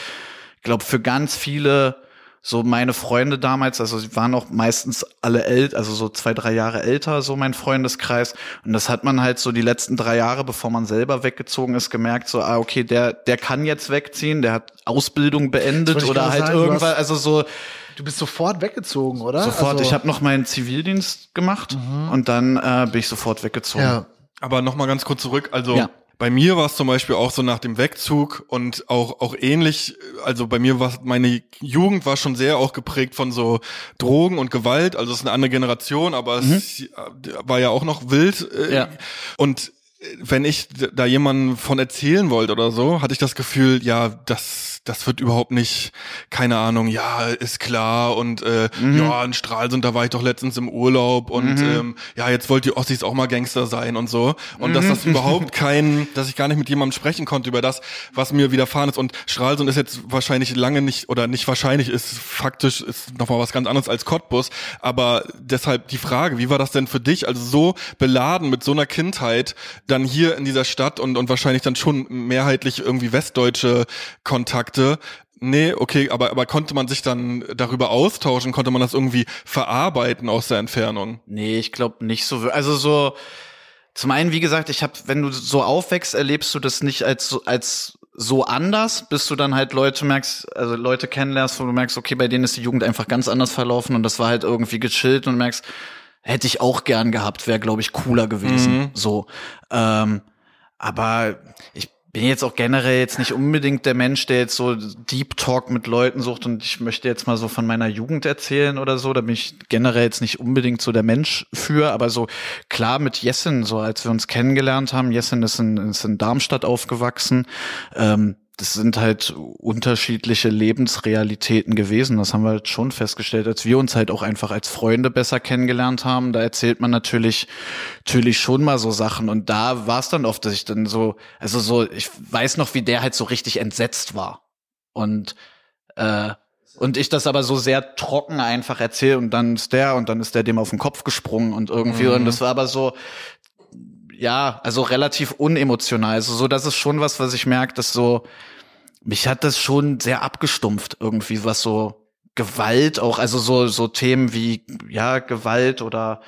für ganz viele, so meine Freunde damals, also sie waren auch meistens alle also so 2-3 Jahre älter, so mein Freundeskreis. Und das hat man halt so die letzten 3 Jahre, bevor man selber weggezogen ist, gemerkt, so, okay, der kann jetzt wegziehen, der hat Ausbildung beendet oder halt irgendwann, also so. Du bist sofort weggezogen, oder? Sofort, also, ich habe noch meinen Zivildienst gemacht und dann bin ich sofort weggezogen. Ja. Aber noch mal ganz kurz zurück, also bei mir war es zum Beispiel auch so nach dem Wegzug und auch ähnlich, also bei mir war meine Jugend war schon sehr auch geprägt von so Drogen und Gewalt, also es ist eine andere Generation, aber es war ja auch noch wild. Und wenn ich da jemanden von erzählen wollte oder so, hatte ich das Gefühl, ja, das wird überhaupt nicht, keine Ahnung, ja, ist klar und ja, in Stralsund, da war ich doch letztens im Urlaub und ja, jetzt wollt die Ossis auch mal Gangster sein und so. Und dass das überhaupt dass ich gar nicht mit jemandem sprechen konnte über das, was mir widerfahren ist. Und Stralsund ist jetzt wahrscheinlich lange nicht, oder nicht wahrscheinlich, faktisch nochmal was ganz anderes als Cottbus. Aber deshalb die Frage, wie war das denn für dich? Also so beladen mit so einer Kindheit, dann hier in dieser Stadt und wahrscheinlich dann schon mehrheitlich irgendwie westdeutsche Kontakte. Nee, okay, aber konnte man sich dann darüber austauschen? Konnte man das irgendwie verarbeiten aus der Entfernung? Nee, ich glaube nicht so. Also so, zum einen, wie gesagt, wenn du so aufwächst, erlebst du das nicht als so anders, bis du dann halt Leute kennenlernst, wo du merkst, okay, bei denen ist die Jugend einfach ganz anders verlaufen und das war halt irgendwie gechillt und du merkst, hätte ich auch gern gehabt, wäre, glaube ich, cooler gewesen. So. Aber ich bin jetzt auch generell jetzt nicht unbedingt der Mensch, der jetzt so Deep Talk mit Leuten sucht und ich möchte jetzt mal so von meiner Jugend erzählen oder so. Da bin ich generell jetzt nicht unbedingt so der Mensch für, aber so klar mit Jessin, so als wir uns kennengelernt haben. Jessin ist in Darmstadt aufgewachsen. Das sind halt unterschiedliche Lebensrealitäten gewesen. Das haben wir halt schon festgestellt, als wir uns halt auch einfach als Freunde besser kennengelernt haben. Da erzählt man natürlich schon mal so Sachen. Und da war es dann oft, dass ich dann ich weiß noch, wie der halt so richtig entsetzt war. Und ich das aber so sehr trocken einfach erzähle und dann ist der dem auf den Kopf gesprungen und irgendwie. Und das war aber so, ja, also relativ unemotional. Also so, das ist schon was ich merke, dass so, mich hat das schon sehr abgestumpft irgendwie, was so Gewalt auch, also so Themen wie, ja, Gewalt oder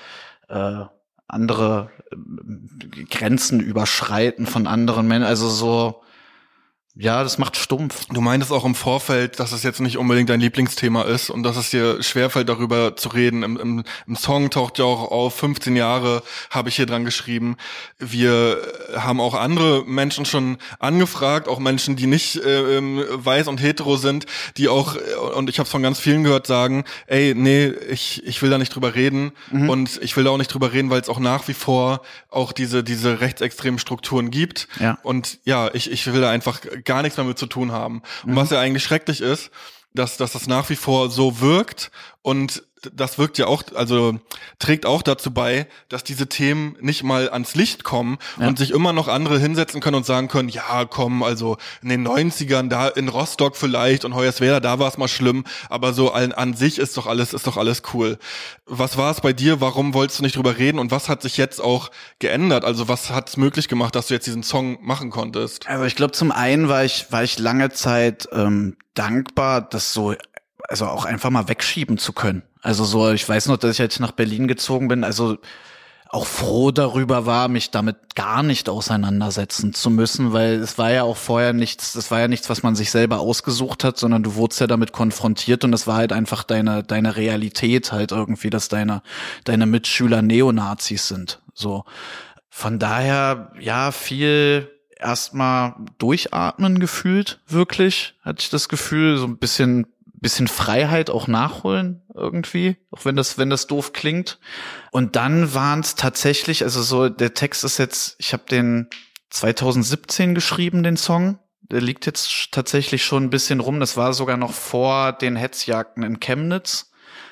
andere Grenzen überschreiten von anderen Menschen, also so, ja, das macht stumpf. Du meintest auch im Vorfeld, dass es jetzt nicht unbedingt dein Lieblingsthema ist und dass es dir schwerfällt, darüber zu reden. Im Song taucht ja auch auf, 15 Jahre habe ich hier dran geschrieben. Wir haben auch andere Menschen schon angefragt, auch Menschen, die nicht weiß und hetero sind, die auch, und ich habe es von ganz vielen gehört, sagen, ey, nee, ich will da nicht drüber reden und ich will da auch nicht drüber reden, weil es auch nach wie vor auch diese rechtsextremen Strukturen gibt. Ja. Und ja, ich will da einfach gar nichts mehr mit zu tun haben. Und was ja eigentlich schrecklich ist, dass das nach wie vor so wirkt und das wirkt ja auch, also trägt auch dazu bei, dass diese Themen nicht mal ans Licht kommen und sich immer noch andere hinsetzen können und sagen können, ja, komm, also in den 90ern da in Rostock vielleicht und Hoyerswerda, da war es mal schlimm, aber so an sich ist doch alles cool. Was war es bei dir? Warum wolltest du nicht drüber reden und was hat sich jetzt auch geändert? Also was hat es möglich gemacht, dass du jetzt diesen Song machen konntest? Also ich glaube, zum einen war ich lange Zeit dankbar, das so, also auch einfach mal wegschieben zu können. Also so, ich weiß noch, dass ich jetzt nach Berlin gezogen bin, also auch froh darüber war, mich damit gar nicht auseinandersetzen zu müssen, weil es war ja auch vorher nichts, was man sich selber ausgesucht hat, sondern du wurdest ja damit konfrontiert und das war halt einfach deine Realität halt irgendwie, dass deine Mitschüler Neonazis sind, so. Von daher, ja, viel erstmal durchatmen gefühlt, wirklich, hatte ich das Gefühl, so ein bisschen Freiheit auch nachholen irgendwie, auch wenn das doof klingt. Und dann waren es tatsächlich, also so, der Text ist jetzt, ich habe den 2017 geschrieben, den Song. Der liegt jetzt tatsächlich schon ein bisschen rum. Das war sogar noch vor den Hetzjagden in Chemnitz.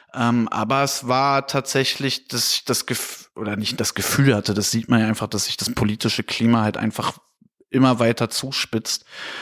Aber es war tatsächlich, dass ich das Gefühl hatte, das sieht man ja einfach, dass sich das politische Klima halt einfach immer weiter zuspitzt.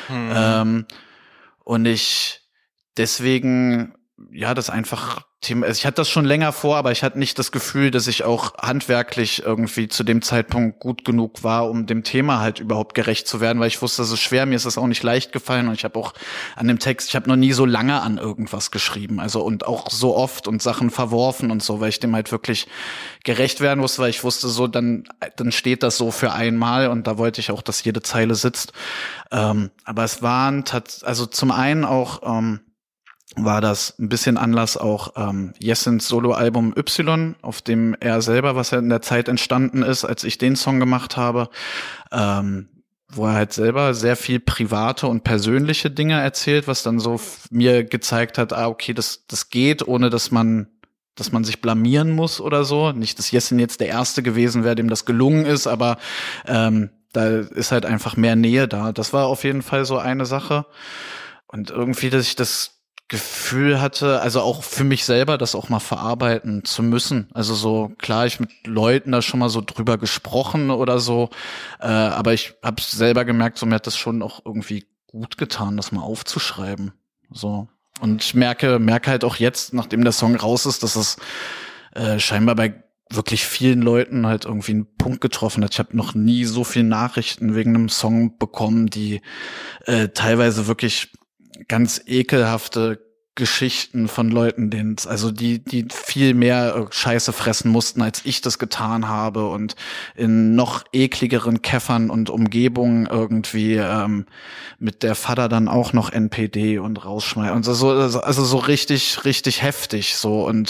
Und ich deswegen, ja, das einfach Thema, also ich hatte das schon länger vor, aber ich hatte nicht das Gefühl, dass ich auch handwerklich irgendwie zu dem Zeitpunkt gut genug war, um dem Thema halt überhaupt gerecht zu werden, weil ich wusste, das ist schwer, mir ist das auch nicht leicht gefallen und ich habe auch an dem Text, ich habe noch nie so lange an irgendwas geschrieben, also und auch so oft und Sachen verworfen und so, weil ich dem halt wirklich gerecht werden musste, weil ich wusste so, dann steht das so für einmal und da wollte ich auch, dass jede Zeile sitzt. Aber es waren also zum einen auch war das ein bisschen Anlass auch Jessens Soloalbum Y, auf dem er selber, was ja in der Zeit entstanden ist, als ich den Song gemacht habe, wo er halt selber sehr viel private und persönliche Dinge erzählt, was dann so mir gezeigt hat, okay, das geht, ohne dass man sich blamieren muss oder so. Nicht, dass Jessen jetzt der Erste gewesen wäre, dem das gelungen ist, aber da ist halt einfach mehr Nähe da. Das war auf jeden Fall so eine Sache. Und irgendwie, dass ich das Gefühl hatte, also auch für mich selber, das auch mal verarbeiten zu müssen. Also so, klar, ich mit Leuten da schon mal so drüber gesprochen oder so, aber ich habe selber gemerkt, so mir hat das schon auch irgendwie gut getan, das mal aufzuschreiben. So. Und ich merke halt auch jetzt, nachdem der Song raus ist, dass es scheinbar bei wirklich vielen Leuten halt irgendwie einen Punkt getroffen hat. Ich habe noch nie so viele Nachrichten wegen einem Song bekommen, die teilweise wirklich ganz ekelhafte Geschichten von Leuten, die viel mehr Scheiße fressen mussten, als ich das getan habe und in noch ekligeren Käffern und Umgebungen irgendwie mit der Vater dann auch noch NPD und rausschmeißen und so, also so richtig, richtig heftig so und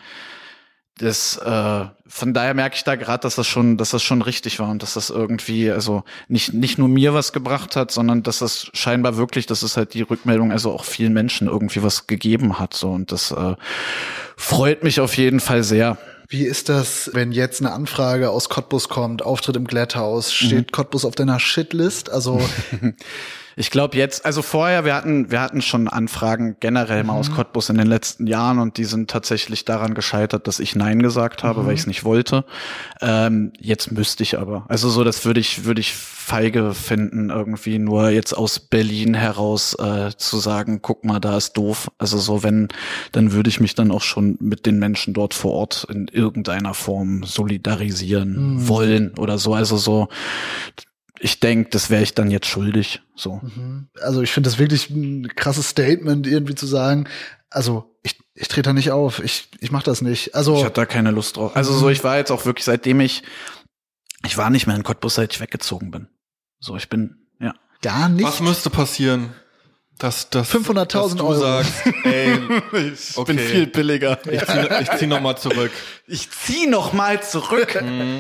von daher merke ich da gerade, dass das schon richtig war und dass das irgendwie, also nicht nur mir was gebracht hat, sondern dass das scheinbar wirklich, das ist halt die Rückmeldung, also auch vielen Menschen irgendwie was gegeben hat, so und das freut mich auf jeden Fall sehr. Wie ist das, wenn jetzt eine Anfrage aus Cottbus kommt, Auftritt im Glatthaus, steht Cottbus auf deiner Shitlist? Also ich glaube jetzt, also vorher, wir hatten schon Anfragen generell mal aus Cottbus in den letzten Jahren und die sind tatsächlich daran gescheitert, dass ich Nein gesagt habe, weil ich es nicht wollte. Jetzt müsste ich aber. Also so, das würde ich feige finden, irgendwie nur jetzt aus Berlin heraus zu sagen, guck mal, da ist doof. Also so, dann würde ich mich dann auch schon mit den Menschen dort vor Ort in irgendeiner Form solidarisieren wollen oder so. Also so, ich denke, das wäre ich dann jetzt schuldig. So. Also ich finde das wirklich ein krasses Statement, irgendwie zu sagen, also ich trete da nicht auf, ich mache das nicht. Also ich hatte da keine Lust drauf. Also so, ich war jetzt auch wirklich, seitdem ich war nicht mehr in Cottbus, seit ich weggezogen bin. So, ich bin, ja. Gar nicht. Was müsste passieren? Dass 500.000 du Euro. Sagst, ey, ich bin viel billiger. Ich zieh noch mal zurück. Ich zieh noch mal zurück.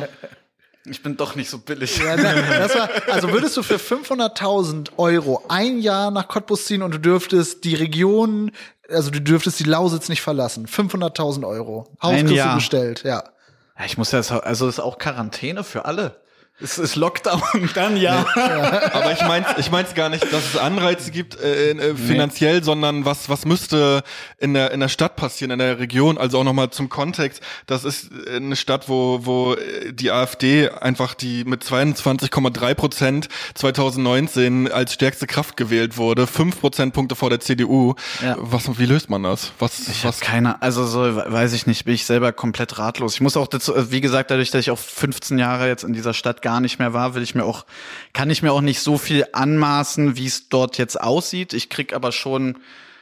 Ich bin doch nicht so billig. Ja, also würdest du für 500.000 Euro ein Jahr nach Cottbus ziehen und du dürftest die Region, also du dürftest die Lausitz nicht verlassen. 500.000 Euro. Haus kriegst du bestellt, ja. Ja, ich muss ja, also das ist auch Quarantäne für alle. Es ist Lockdown, dann ja. Aber ich mein's gar nicht, dass es Anreize gibt finanziell, sondern was müsste in der Stadt passieren, in der Region. Also auch nochmal zum Kontext. Das ist eine Stadt, wo die AfD einfach die mit 22,3% 2019 als stärkste Kraft gewählt wurde, 5 Prozentpunkte vor der CDU. Ja. Wie löst man das? Ich habe keine, also so weiß ich nicht, bin ich selber komplett ratlos. Ich muss auch dazu, wie gesagt, dadurch, dass ich auch 15 Jahre jetzt in dieser Stadt gar nicht mehr war, kann ich mir auch nicht so viel anmaßen, wie es dort jetzt aussieht. Ich krieg aber schon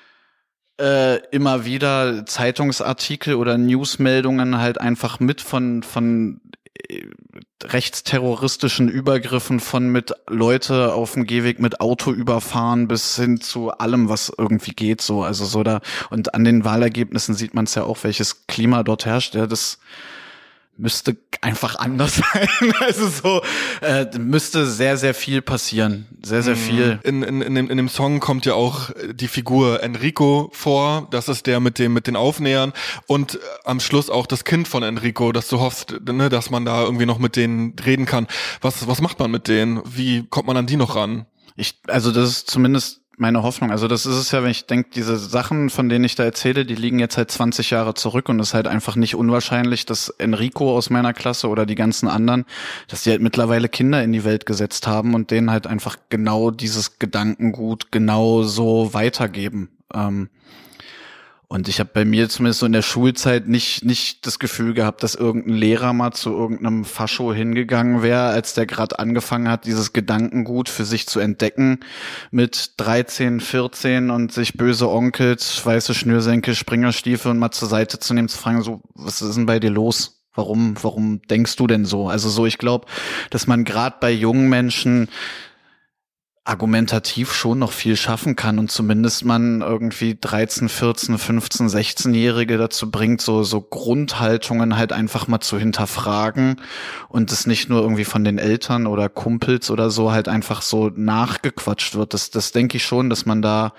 immer wieder Zeitungsartikel oder Newsmeldungen halt einfach mit von rechtsterroristischen Übergriffen, von mit Leute auf dem Gehweg mit Auto überfahren bis hin zu allem, was irgendwie geht, so, also so da, und an den Wahlergebnissen sieht man es ja auch, welches Klima dort herrscht, ja, das müsste einfach anders sein. Also so müsste sehr, sehr viel passieren. Sehr, sehr viel. In dem Song kommt ja auch die Figur Enrico vor. Das ist der mit den Aufnähern. Und am Schluss auch das Kind von Enrico, dass du hoffst, ne, dass man da irgendwie noch mit denen reden kann. Was macht man mit denen? Wie kommt man an die noch ran? Also das ist zumindest meine Hoffnung. Also das ist es ja, wenn ich denke, diese Sachen, von denen ich da erzähle, die liegen jetzt halt 20 Jahre zurück und es ist halt einfach nicht unwahrscheinlich, dass Enrico aus meiner Klasse oder die ganzen anderen, dass die halt mittlerweile Kinder in die Welt gesetzt haben und denen halt einfach genau dieses Gedankengut genau so weitergeben. Und ich habe bei mir zumindest so in der Schulzeit nicht das Gefühl gehabt, dass irgendein Lehrer mal zu irgendeinem Fascho hingegangen wäre, als der gerade angefangen hat, dieses Gedankengut für sich zu entdecken mit 13, 14 und sich böse Onkels, weiße Schnürsenkel, Springerstiefel und mal zur Seite zu nehmen, zu fragen, so, was ist denn bei dir los? Warum denkst du denn so? Also so, ich glaube, dass man gerade bei jungen Menschen argumentativ schon noch viel schaffen kann und zumindest man irgendwie 13, 14, 15, 16-Jährige dazu bringt, so Grundhaltungen halt einfach mal zu hinterfragen und es nicht nur irgendwie von den Eltern oder Kumpels oder so halt einfach so nachgequatscht wird. Das denke ich schon, dass man da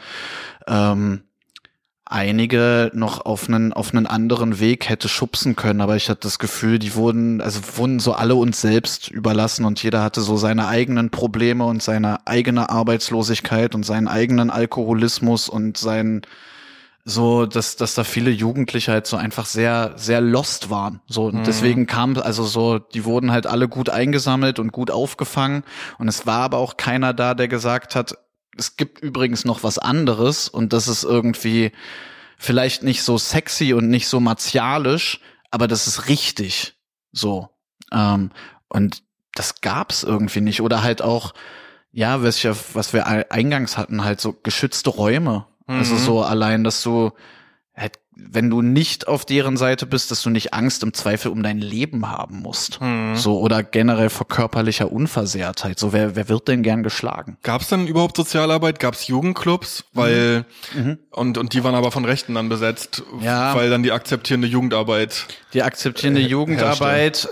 einige noch auf einen anderen Weg hätte schubsen können, aber ich hatte das Gefühl, die wurden so alle uns selbst überlassen und jeder hatte so seine eigenen Probleme und seine eigene Arbeitslosigkeit und seinen eigenen Alkoholismus und dass da viele Jugendliche halt so einfach sehr, sehr lost waren. So, und deswegen die wurden halt alle gut eingesammelt und gut aufgefangen und es war aber auch keiner da, der gesagt hat, es gibt übrigens noch was anderes und das ist irgendwie vielleicht nicht so sexy und nicht so martialisch, aber das ist richtig so. Und das gab's irgendwie nicht. Oder halt auch, ja, was wir eingangs hatten, halt so geschützte Räume. Also so allein, dass du halt, wenn du nicht auf deren Seite bist, dass du nicht Angst im Zweifel um dein Leben haben musst. So, oder generell vor körperlicher Unversehrtheit. So, wer wird denn gern geschlagen? Gab es denn überhaupt Sozialarbeit? Gab es Jugendclubs? Weil und die waren aber von Rechten dann besetzt, weil dann die akzeptierende Jugendarbeit. Die akzeptierende Jugendarbeit.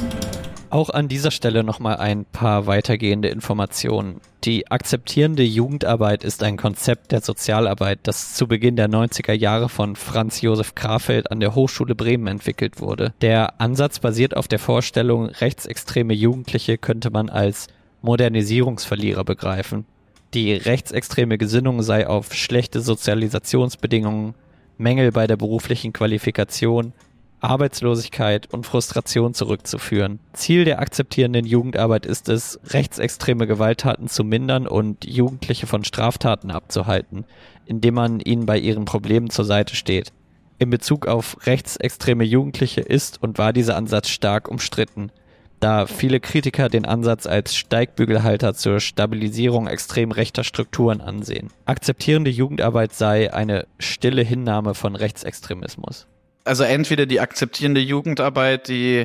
Auch an dieser Stelle nochmal ein paar weitergehende Informationen. Die akzeptierende Jugendarbeit ist ein Konzept der Sozialarbeit, das zu Beginn der 90er Jahre von Franz Josef Krafeld an der Hochschule Bremen entwickelt wurde. Der Ansatz basiert auf der Vorstellung, rechtsextreme Jugendliche könnte man als Modernisierungsverlierer begreifen. Die rechtsextreme Gesinnung sei auf schlechte Sozialisationsbedingungen, Mängel bei der beruflichen Qualifikation, Arbeitslosigkeit und Frustration zurückzuführen. Ziel der akzeptierenden Jugendarbeit ist es, rechtsextreme Gewalttaten zu mindern und Jugendliche von Straftaten abzuhalten, indem man ihnen bei ihren Problemen zur Seite steht. In Bezug auf rechtsextreme Jugendliche ist und war dieser Ansatz stark umstritten, da viele Kritiker den Ansatz als Steigbügelhalter zur Stabilisierung extrem rechter Strukturen ansehen. Akzeptierende Jugendarbeit sei eine stille Hinnahme von Rechtsextremismus. Also entweder die akzeptierende Jugendarbeit, die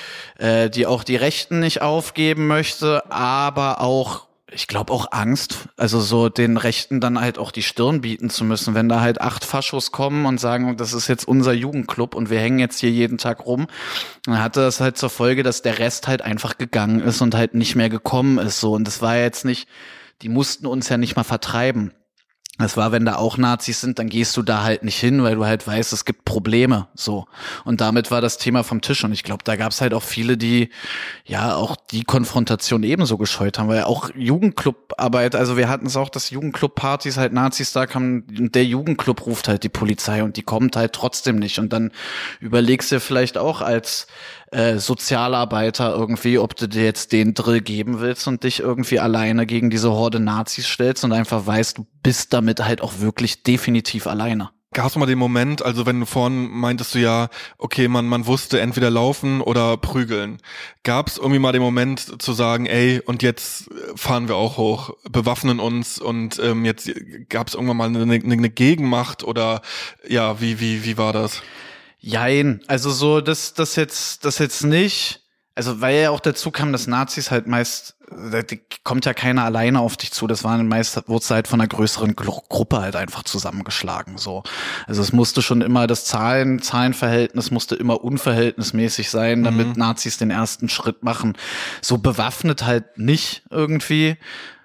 auch die Rechten nicht aufgeben möchte, aber auch, ich glaube auch Angst, also so den Rechten dann halt auch die Stirn bieten zu müssen, wenn da halt 8 Faschos kommen und sagen, das ist jetzt unser Jugendclub und wir hängen jetzt hier jeden Tag rum, dann hatte das halt zur Folge, dass der Rest halt einfach gegangen ist und halt nicht mehr gekommen ist, so. Und das war jetzt nicht, die mussten uns ja nicht mal vertreiben. Das war, wenn da auch Nazis sind, dann gehst du da halt nicht hin, weil du halt weißt, es gibt Probleme, so. Und damit war das Thema vom Tisch. Und ich glaube, da gab's halt auch viele, die ja auch die Konfrontation ebenso gescheut haben, weil auch Jugendclubarbeit, also wir hatten es auch, dass Jugendclubpartys halt Nazis da kamen, und der Jugendclub ruft halt die Polizei und die kommt halt trotzdem nicht. Und dann überlegst du vielleicht auch als Sozialarbeiter irgendwie, ob du dir jetzt den Drill geben willst und dich irgendwie alleine gegen diese Horde Nazis stellst und einfach weißt, du bist damit halt auch wirklich definitiv alleine. Gab es mal den Moment, also wenn du vorhin meintest du ja, okay, man wusste entweder laufen oder prügeln. Gab es irgendwie mal den Moment zu sagen, ey, und jetzt fahren wir auch hoch, bewaffnen uns und jetzt gab es irgendwann mal eine Gegenmacht oder ja, wie war das? Jein, also so, das jetzt nicht. Also, weil ja auch dazu kam, dass Nazis halt meist, da kommt ja keiner alleine auf dich zu, das waren meist, wurde halt von einer größeren Gruppe halt einfach zusammengeschlagen, so. Also es musste schon immer, das Zahlenverhältnis musste immer unverhältnismäßig sein, damit Nazis den ersten Schritt machen. So bewaffnet halt nicht irgendwie,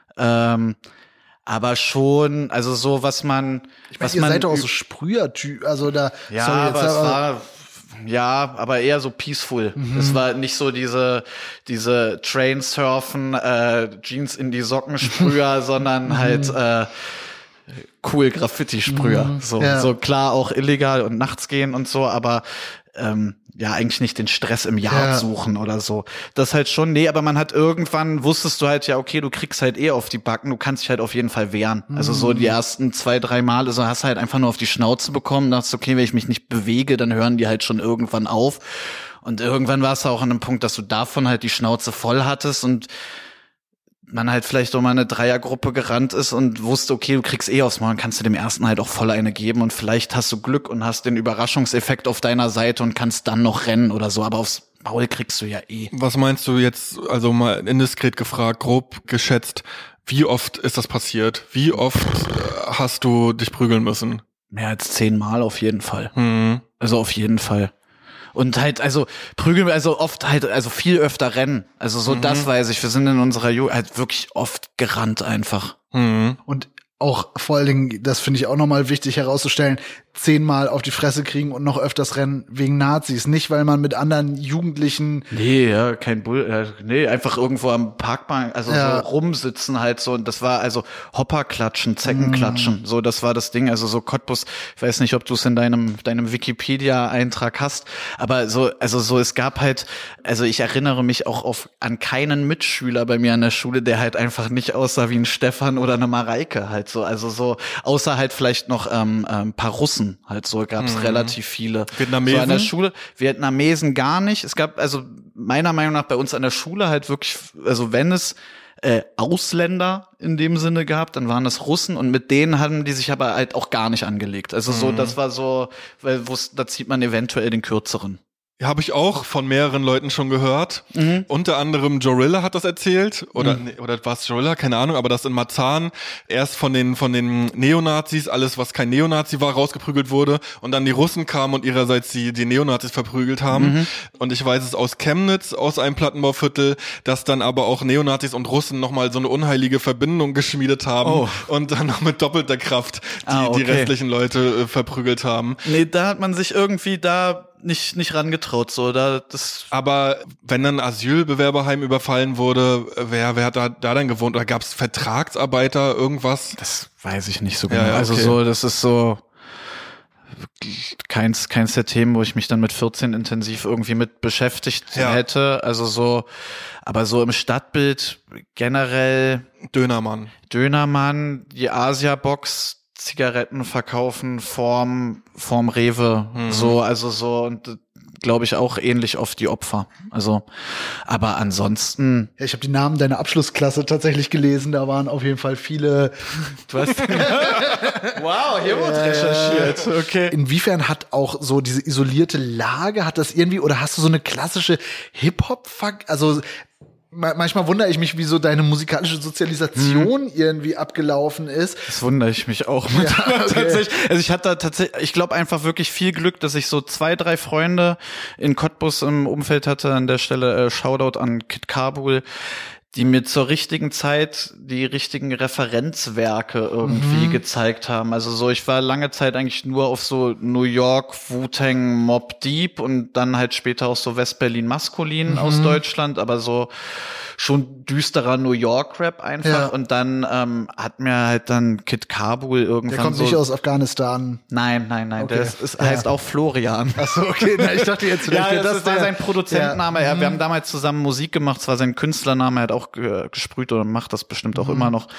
aber schon, also so, was man... Ihr seid doch auch so Sprüher-Typ, also da... Ja, sorry, aber es war... Ja, aber eher so peaceful. Es war nicht so diese Train-Surfen, Jeans in die Socken Sprüher, sondern halt cool Graffiti-Sprüher. So klar auch illegal und nachts gehen und so, aber ja, eigentlich nicht den Stress im Yard suchen oder so. Das halt schon, aber man hat irgendwann, wusstest du halt, ja, okay, du kriegst halt auf die Backen, du kannst dich halt auf jeden Fall wehren. Also so die ersten 2-3 Male, so hast du halt einfach nur auf die Schnauze bekommen, dachtest, okay, wenn ich mich nicht bewege, dann hören die halt schon irgendwann auf. Und irgendwann war es auch an einem Punkt, dass du davon halt die Schnauze voll hattest und man halt vielleicht auch mal eine Dreiergruppe gerannt ist und wusste, okay, du kriegst aufs Maul, dann kannst du dem ersten halt auch voll eine geben und vielleicht hast du Glück und hast den Überraschungseffekt auf deiner Seite und kannst dann noch rennen oder so, aber aufs Maul kriegst du ja Was meinst du jetzt, also mal indiskret gefragt, grob geschätzt, wie oft ist das passiert? Wie oft hast du dich prügeln müssen? Mehr als 10 Mal auf jeden Fall. Also auf jeden Fall. Und halt, also prügeln wir, also oft halt, also viel öfter rennen. Also so, das weiß ich. Wir sind in unserer Jugend halt wirklich oft gerannt einfach. Und auch vor allen Dingen, das finde ich auch nochmal wichtig herauszustellen, 10 Mal auf die Fresse kriegen und noch öfters rennen wegen Nazis. Nicht, weil man mit anderen Jugendlichen... Kein einfach irgendwo am Parkbank, also so rumsitzen halt so. Und das war also Hopperklatschen, Zeckenklatschen. So, das war das Ding. Also so Cottbus, ich weiß nicht, ob du es in deinem Wikipedia-Eintrag hast, aber so, also so, es gab halt, also ich erinnere mich auch an keinen Mitschüler bei mir an der Schule, der halt einfach nicht aussah wie ein Stefan oder eine Mareike halt so. Also so, außer halt vielleicht noch ein paar Russen halt so, gab es relativ viele. Vietnamesen? So an der Schule. Vietnamesen gar nicht. Es gab also meiner Meinung nach bei uns an der Schule halt wirklich, also wenn es Ausländer in dem Sinne gab, dann waren das Russen und mit denen haben die sich aber halt auch gar nicht angelegt. Also so, das war so, weil da zieht man eventuell den kürzeren. Habe ich auch von mehreren Leuten schon gehört. Unter anderem Jorilla hat das erzählt. Oder war es Jorilla? Keine Ahnung. Aber dass in Marzahn erst von den Neonazis, alles was kein Neonazi war, rausgeprügelt wurde. Und dann die Russen kamen und ihrerseits die Neonazis verprügelt haben. Und ich weiß es aus Chemnitz, aus einem Plattenbauviertel, dass dann aber auch Neonazis und Russen nochmal so eine unheilige Verbindung geschmiedet haben. Und dann noch mit doppelter Kraft die restlichen Leute verprügelt haben. Nee, da hat man sich irgendwie nicht rangetraut, so, das. Aber wenn dann Asylbewerberheim überfallen wurde, wer hat da dann gewohnt? Oder gab's Vertragsarbeiter, irgendwas? Das weiß ich nicht so genau. Ja, also so, das ist so keins der Themen, wo ich mich dann mit 14 intensiv irgendwie mit beschäftigt hätte. Also so, aber so im Stadtbild generell Dönermann, die Asia-Box, Zigaretten verkaufen vorm Rewe, so, also so, und glaube ich auch ähnlich oft die Opfer. Also, aber ansonsten. Ja, ich habe die Namen deiner Abschlussklasse tatsächlich gelesen, da waren auf jeden Fall viele. Du hast wow, hier wird recherchiert. Okay. Inwiefern hat auch so diese isolierte Lage, hat das irgendwie, oder hast du so eine klassische Hip-Hop-Fuck, also manchmal wundere ich mich, wie so deine musikalische Sozialisation irgendwie abgelaufen ist. Das wundere ich mich auch. Tatsächlich. Also ich hatte tatsächlich, ich glaube einfach wirklich viel Glück, dass ich so 2-3 Freunde in Cottbus im Umfeld hatte. An der Stelle Shoutout an Kid Kabul, die mir zur richtigen Zeit die richtigen Referenzwerke irgendwie gezeigt haben. Also so, ich war lange Zeit eigentlich nur auf so New York, Wu-Tang, Mobb Deep und dann halt später auch so West-Berlin Maskulin aus Deutschland, aber so schon düsterer New York-Rap einfach. Ja. Und dann hat mir halt dann Kid Kabul irgendwann Der kommt so, nicht aus Afghanistan. Nein. Okay. Der heißt auch Florian. Ach so, okay. Na, ich dachte jetzt vielleicht das war sein Produzentenname. Ja. Wir haben damals zusammen Musik gemacht. Es war sein Künstlername. Er hat auch gesprüht oder macht das bestimmt auch immer noch.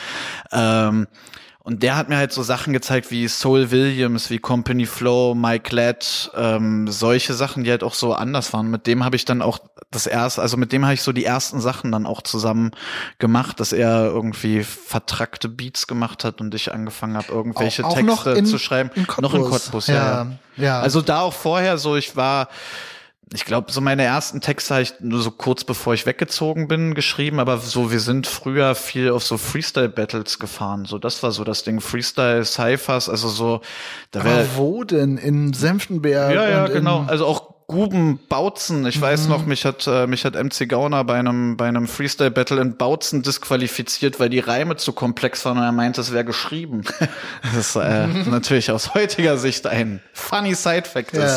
Und der hat mir halt so Sachen gezeigt wie Soul Williams, wie Company Flow, Mike Ladd, solche Sachen, die halt auch so anders waren. Mit dem habe ich dann auch mit dem habe ich so die ersten Sachen dann auch zusammen gemacht, dass er irgendwie vertrackte Beats gemacht hat und ich angefangen habe, irgendwelche auch Texte zu schreiben. Noch in Cottbus, ja. Also da auch vorher so, ich glaube, so meine ersten Texte habe ich nur so kurz bevor ich weggezogen bin geschrieben, aber so, wir sind früher viel auf so Freestyle-Battles gefahren, so, das war so das Ding, Freestyle-Cyphers, also so. Aber wo denn? In Senftenberg? Ja, genau, also auch Guben, Bautzen, ich weiß noch, mich hat MC Gauner bei einem Freestyle-Battle in Bautzen disqualifiziert, weil die Reime zu komplex waren und er meinte, es wäre geschrieben. Das ist natürlich aus heutiger Sicht ein funny Side-Fact ist.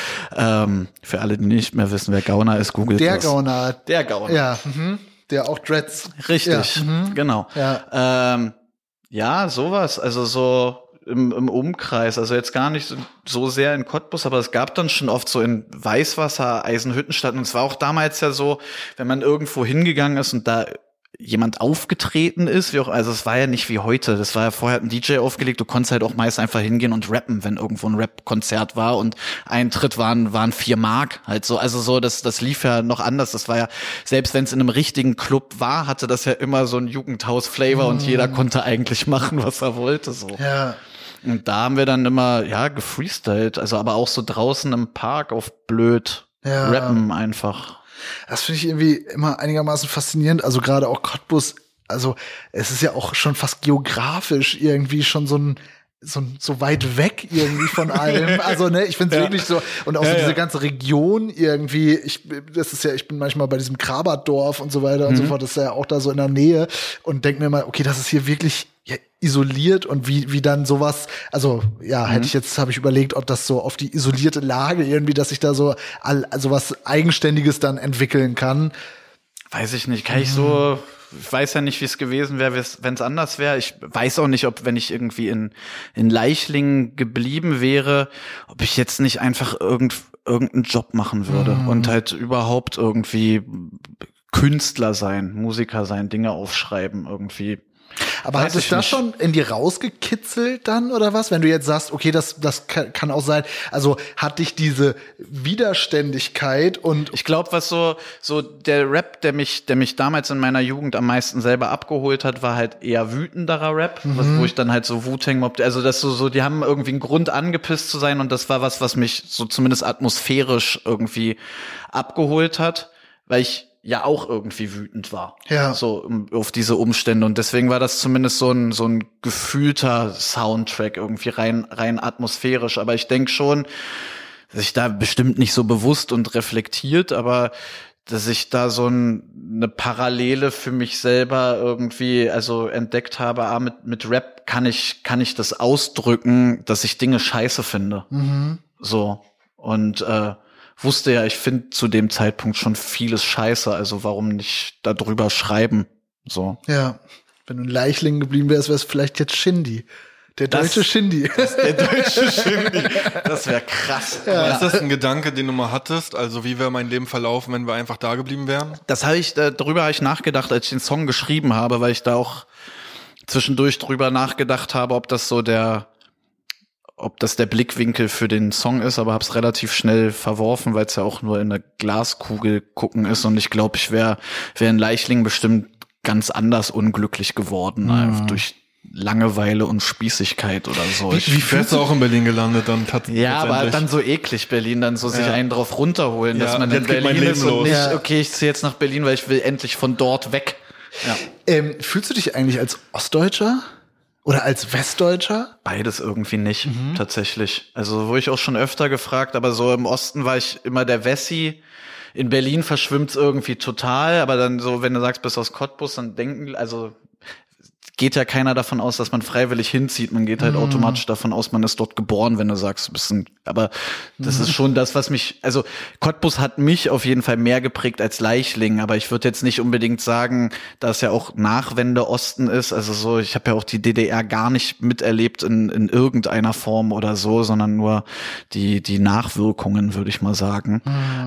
Für alle, die nicht mehr wissen, wer Gauner ist, googelt Der das. Gauner. Der Gauner. Ja, der auch Dreads. Richtig, genau. Ja. Ja, sowas. Also so im Umkreis. Also jetzt gar nicht so sehr in Cottbus, aber es gab dann schon oft so in Weißwasser, Eisenhüttenstadt. Und es war auch damals ja so, wenn man irgendwo hingegangen ist und da jemand aufgetreten ist, wie auch, also es war ja nicht wie heute, das war ja vorher ein DJ aufgelegt, du konntest halt auch meist einfach hingehen und rappen, wenn irgendwo ein Rap-Konzert war und Eintritt waren 4 Mark, halt so, also so, das lief ja noch anders, das war ja, selbst wenn es in einem richtigen Club war, hatte das ja immer so ein Jugendhaus-Flavor und jeder konnte eigentlich machen, was er wollte, so. Ja. Und da haben wir dann immer, ja, gefreestylt, also aber auch so draußen im Park auf blöd rappen einfach. Das finde ich irgendwie immer einigermaßen faszinierend. Also gerade auch Cottbus, also es ist ja auch schon fast geografisch irgendwie schon so weit weg irgendwie von allem. Also ne, ich finde es wirklich so, und auch so diese ganze Region irgendwie, ich bin manchmal bei diesem Kraberdorf und so weiter und so fort, das ist ja auch da so in der Nähe und denke mir mal, okay, das ist hier wirklich isoliert und wie dann sowas, also ja, habe ich überlegt, ob das so auf die isolierte Lage irgendwie, dass sich da so was Eigenständiges dann entwickeln kann. Weiß ich nicht, ich weiß ja nicht, wie es gewesen wäre, wenn es anders wäre. Ich weiß auch nicht, ob, wenn ich irgendwie in Leichlingen geblieben wäre, ob ich jetzt nicht einfach irgendeinen Job machen würde und halt überhaupt irgendwie Künstler sein, Musiker sein, Dinge aufschreiben irgendwie. Aber hat es das schon in dir rausgekitzelt dann oder was? Wenn du jetzt sagst, okay, das kann auch sein. Also hat dich diese Widerständigkeit und ich glaube, was so der Rap, der mich damals in meiner Jugend am meisten selber abgeholt hat, war halt eher wütenderer Rap, wo ich dann halt so Wu-Tang Mob, also das so die haben irgendwie einen Grund angepisst zu sein und das war was mich so zumindest atmosphärisch irgendwie abgeholt hat, weil ich ja auch irgendwie wütend war. Ja. So auf diese Umstände. Und deswegen war das zumindest so ein gefühlter Soundtrack, irgendwie rein atmosphärisch. Aber ich denke schon, dass ich da bestimmt nicht so bewusst und reflektiert, aber dass ich da so eine Parallele für mich selber irgendwie also entdeckt habe, mit Rap kann ich das ausdrücken, dass ich Dinge scheiße finde. So. Und wusste ja, ich finde zu dem Zeitpunkt schon vieles scheiße, also warum nicht darüber schreiben, so. Ja, wenn du in Leichlingen geblieben wärst, wär's vielleicht jetzt Shindy. Der deutsche Shindy. Der deutsche Shindy. Das wäre krass. Ja. Ist das ein Gedanke, den du mal hattest? Also wie wäre mein Leben verlaufen, wenn wir einfach da geblieben wären? Darüber habe ich nachgedacht, als ich den Song geschrieben habe, weil ich da auch zwischendurch drüber nachgedacht habe, ob das der Blickwinkel für den Song ist, aber hab's relativ schnell verworfen, weil es ja auch nur in der Glaskugel gucken ist und ich glaube, ich wäre in Leichlingen bestimmt ganz anders unglücklich geworden, einfach durch Langeweile und Spießigkeit oder so. Wie wärst du auch in Berlin gelandet dann? Ja, aber dann so eklig Berlin, dann so sich einen drauf runterholen, dass man in Berlin ist und nicht, okay, ich ziehe jetzt nach Berlin, weil ich will endlich von dort weg. Ja. Fühlst du dich eigentlich als Ostdeutscher? Oder als Westdeutscher? Beides irgendwie nicht, tatsächlich. Also wurde ich auch schon öfter gefragt, aber so im Osten war ich immer der Wessi. In Berlin verschwimmt's irgendwie total, aber dann so, wenn du sagst, bist aus Cottbus, dann geht ja keiner davon aus, dass man freiwillig hinzieht. Man geht halt automatisch davon aus, man ist dort geboren, wenn du sagst, aber das ist schon das, was mich, also Cottbus hat mich auf jeden Fall mehr geprägt als Leichlingen, aber ich würde jetzt nicht unbedingt sagen, dass ja auch Nachwende Osten ist, also so, ich habe ja auch die DDR gar nicht miterlebt in irgendeiner Form oder so, sondern nur die Nachwirkungen, würde ich mal sagen.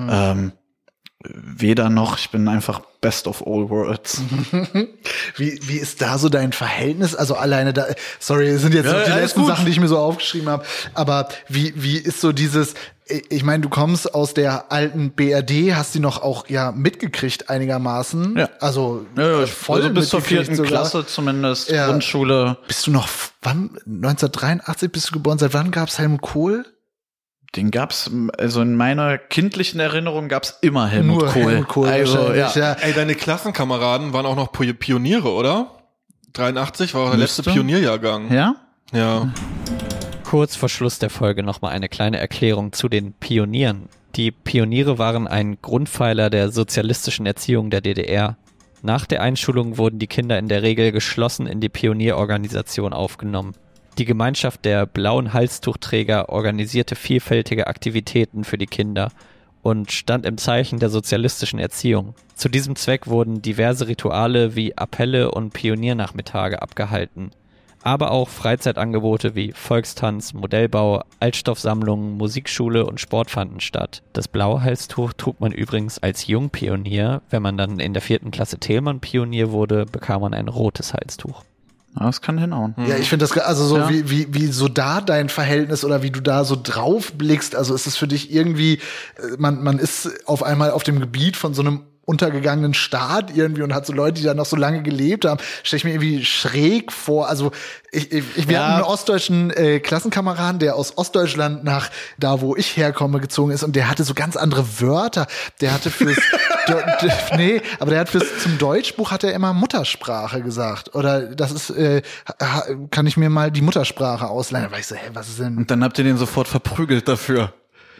Weder noch, ich bin einfach best of all worlds. Wie ist da so dein Verhältnis? Also alleine da, sorry, das sind jetzt die letzten Sachen, die ich mir so aufgeschrieben habe, aber wie ist so dieses, ich meine, du kommst aus der alten BRD, hast die noch auch mitgekriegt einigermaßen. Ja. Also voll also bis zur 4. Klasse zumindest, Grundschule. Bist du noch, wann, 1983 bist du geboren, seit wann gab's Helmut Kohl? Den gab's, also in meiner kindlichen Erinnerung gab's immer Helmut Kohl. Helmut Kohl also, ja. Ey, deine Klassenkameraden waren auch noch Pioniere, oder? 83 war auch der letzte Pionierjahrgang. Ja? Ja. Kurz vor Schluss der Folge nochmal eine kleine Erklärung zu den Pionieren. Die Pioniere waren ein Grundpfeiler der sozialistischen Erziehung der DDR. Nach der Einschulung wurden die Kinder in der Regel geschlossen in die Pionierorganisation aufgenommen. Die Gemeinschaft der blauen Halstuchträger organisierte vielfältige Aktivitäten für die Kinder und stand im Zeichen der sozialistischen Erziehung. Zu diesem Zweck wurden diverse Rituale wie Appelle und Pioniernachmittage abgehalten. aber auch Freizeitangebote wie Volkstanz, Modellbau, Altstoffsammlungen, Musikschule und Sport fanden statt. Das blaue Halstuch trug man übrigens als Jungpionier. Wenn man dann in der 4. Klasse Thälmann-Pionier wurde, bekam man ein rotes Halstuch. Das kann hinhauen. Ja, ich finde das, also so wie so da dein Verhältnis oder wie du da so drauf blickst, also ist es für dich irgendwie, man ist auf einmal auf dem Gebiet von so einem untergegangenen Staat irgendwie und hat so Leute, die da noch so lange gelebt haben, stelle ich mir irgendwie schräg vor. Also wir hatten einen ostdeutschen Klassenkameraden, der aus Ostdeutschland nach da, wo ich herkomme, gezogen ist und der hatte so ganz andere Wörter. Der hatte zum Deutschbuch hat er immer Muttersprache gesagt. Oder das ist, kann ich mir mal die Muttersprache ausleihen? Da war ich so, was ist denn? Und dann habt ihr den sofort verprügelt dafür.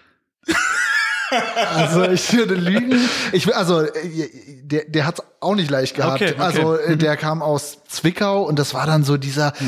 Also ich würde lügen. Der hat's auch nicht leicht gehabt. Okay. Also der kam aus Zwickau und das war dann so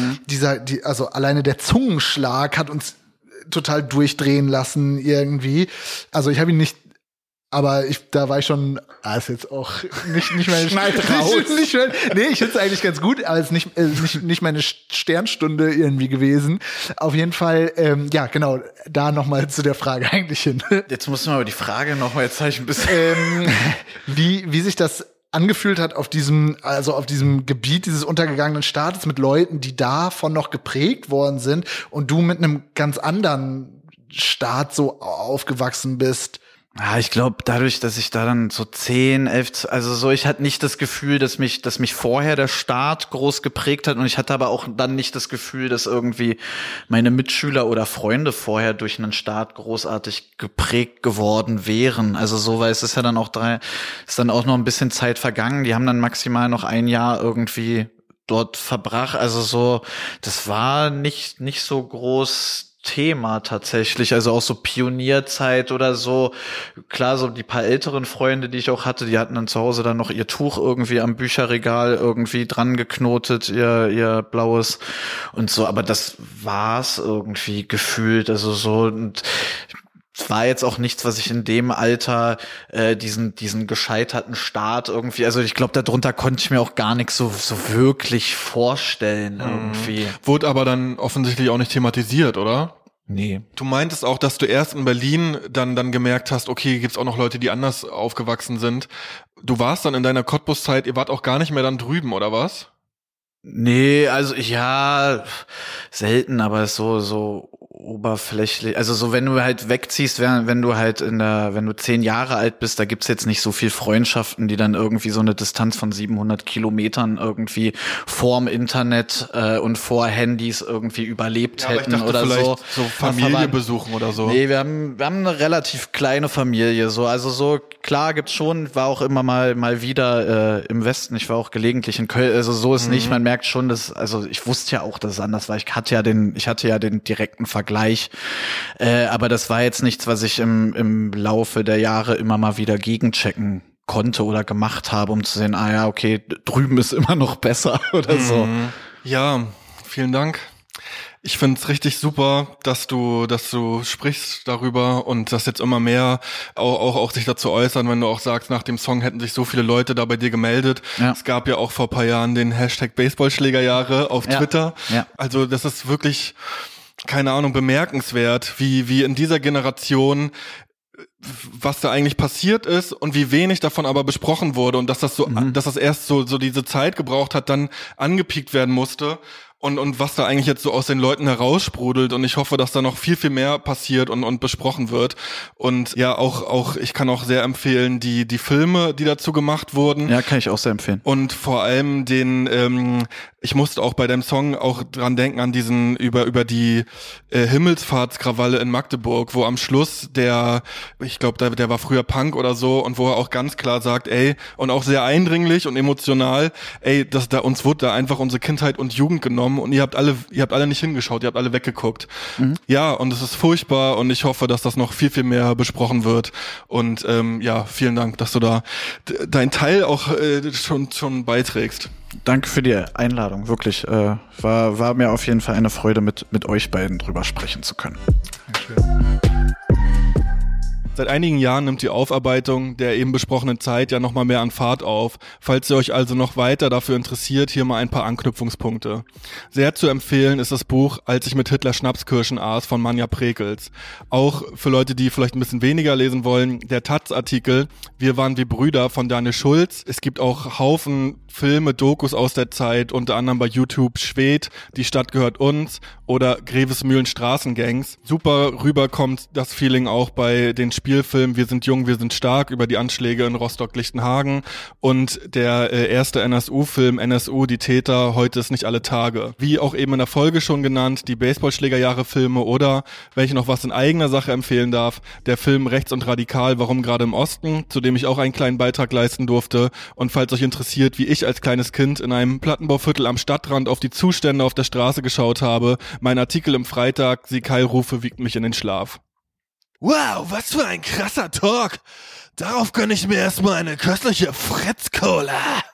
also alleine der Zungenschlag hat uns total durchdrehen lassen irgendwie. Also ich habe ihn nicht, aber da war ich schon, ist jetzt auch nicht meine Schneid raus. Nee, ich finde es eigentlich ganz gut, aber es ist nicht meine Sternstunde irgendwie gewesen. Auf jeden Fall, ja, genau, da nochmal zu der Frage eigentlich hin. Jetzt musst du mal über die Frage nochmal, jetzt habe ich ein bisschen wie sich das angefühlt hat auf diesem Gebiet dieses untergegangenen Staates mit Leuten, die davon noch geprägt worden sind und du mit einem ganz anderen Staat so aufgewachsen bist. Ja, ich glaube, dadurch, dass ich da dann so 10, 11, also so, ich hatte nicht das Gefühl, dass mich vorher der Staat groß geprägt hat und ich hatte aber auch dann nicht das Gefühl, dass irgendwie meine Mitschüler oder Freunde vorher durch einen Staat großartig geprägt geworden wären. Also so, weil es ist ja dann auch ist dann auch noch ein bisschen Zeit vergangen. Die haben dann maximal noch ein Jahr irgendwie dort verbracht. Also so, das war nicht so groß Thema tatsächlich, also auch so Pionierzeit oder so. Klar, so die paar älteren Freunde, die ich auch hatte, die hatten dann zu Hause dann noch ihr Tuch irgendwie am Bücherregal irgendwie dran geknotet, ihr blaues und so, aber das war's irgendwie gefühlt, also so, und es war jetzt auch nichts, was ich in dem Alter diesen gescheiterten Staat irgendwie, also ich glaube, darunter konnte ich mir auch gar nichts so wirklich vorstellen irgendwie. Wurde aber dann offensichtlich auch nicht thematisiert, oder? Nee. Du meintest auch, dass du erst in Berlin dann gemerkt hast, okay, gibt's auch noch Leute, die anders aufgewachsen sind. Du warst dann in deiner Cottbus-Zeit, ihr wart auch gar nicht mehr dann drüben, oder was? Nee, also ja, selten, aber so oberflächlich. Also so, wenn du halt wegziehst, wenn du halt wenn du 10 Jahre alt bist, da gibt's jetzt nicht so viel Freundschaften, die dann irgendwie so eine Distanz von 700 Kilometern irgendwie vorm Internet und vor Handys irgendwie überlebt hätten oder so. So Familie besuchen oder so. Nee, wir haben eine relativ kleine Familie, so, also so, klar gibt's schon, war auch immer mal wieder im Westen, ich war auch gelegentlich in Köln, also so ist nicht, man merkt schon, dass, also ich wusste ja auch, dass es anders war, ich hatte ja den direkten Vergleich, aber das war jetzt nichts, was ich im Laufe der Jahre immer mal wieder gegenchecken konnte oder gemacht habe, um zu sehen, ja, okay, drüben ist immer noch besser oder so. Ja, vielen Dank. Ich find's richtig super, dass du sprichst darüber und dass jetzt immer mehr auch sich dazu äußern, wenn du auch sagst, nach dem Song hätten sich so viele Leute da bei dir gemeldet. Ja. Es gab ja auch vor ein paar Jahren den Hashtag Baseballschlägerjahre auf Twitter. Ja. Also das ist wirklich, keine Ahnung, bemerkenswert, wie in dieser Generation was da eigentlich passiert ist und wie wenig davon aber besprochen wurde und dass das so, dass das erst so diese Zeit gebraucht hat, dann angepiekt werden musste. Und was da eigentlich jetzt so aus den Leuten heraussprudelt, und ich hoffe, dass da noch viel, viel mehr passiert und besprochen wird. Und ja, auch ich kann auch sehr empfehlen, die Filme, die dazu gemacht wurden. Ja, kann ich auch sehr empfehlen. Und vor allem ich musste auch bei deinem Song auch dran denken, an diesen über die Himmelsfahrtskrawalle in Magdeburg, wo am Schluss ich glaube, der war früher Punk oder so, und wo er auch ganz klar sagt, und auch sehr eindringlich und emotional, uns wurde da einfach unsere Kindheit und Jugend genommen und ihr habt alle nicht hingeschaut, ihr habt alle weggeguckt. Ja, und es ist furchtbar und ich hoffe, dass das noch viel, viel mehr besprochen wird. Und ja, vielen Dank, dass du da dein Teil auch schon beiträgst. Danke für die Einladung, wirklich. War mir auf jeden Fall eine Freude, mit euch beiden drüber sprechen zu können. Dankeschön. Seit einigen Jahren nimmt die Aufarbeitung der eben besprochenen Zeit ja nochmal mehr an Fahrt auf. Falls ihr euch also noch weiter dafür interessiert, hier mal ein paar Anknüpfungspunkte. Sehr zu empfehlen ist das Buch Als ich mit Hitler Schnapskirschen aß von Manja Prekels. Auch für Leute, die vielleicht ein bisschen weniger lesen wollen, der Taz-Artikel Wir waren wie Brüder von Daniel Schulz. Es gibt auch Haufen Filme, Dokus aus der Zeit, unter anderem bei YouTube Schwedt, Die Stadt gehört uns oder Grevesmühlen Straßengangs. Super rüberkommt das Feeling auch bei den Spielfilmen Wir sind jung, wir sind stark über die Anschläge in Rostock-Lichtenhagen und der erste NSU-Film NSU, die Täter, heute ist nicht alle Tage. Wie auch eben in der Folge schon genannt, die Baseballschlägerjahre-Filme oder, wenn ich noch was in eigener Sache empfehlen darf, der Film Rechts und Radikal, warum gerade im Osten, zu dem ich auch einen kleinen Beitrag leisten durfte. Und falls euch interessiert, wie ich als kleines Kind in einem Plattenbauviertel am Stadtrand auf die Zustände auf der Straße geschaut habe, mein Artikel im Freitag, Sie Keilrufe wiegt mich in den Schlaf. Wow, was für ein krasser Talk. Darauf gönne ich mir erstmal eine köstliche Fritz-Cola.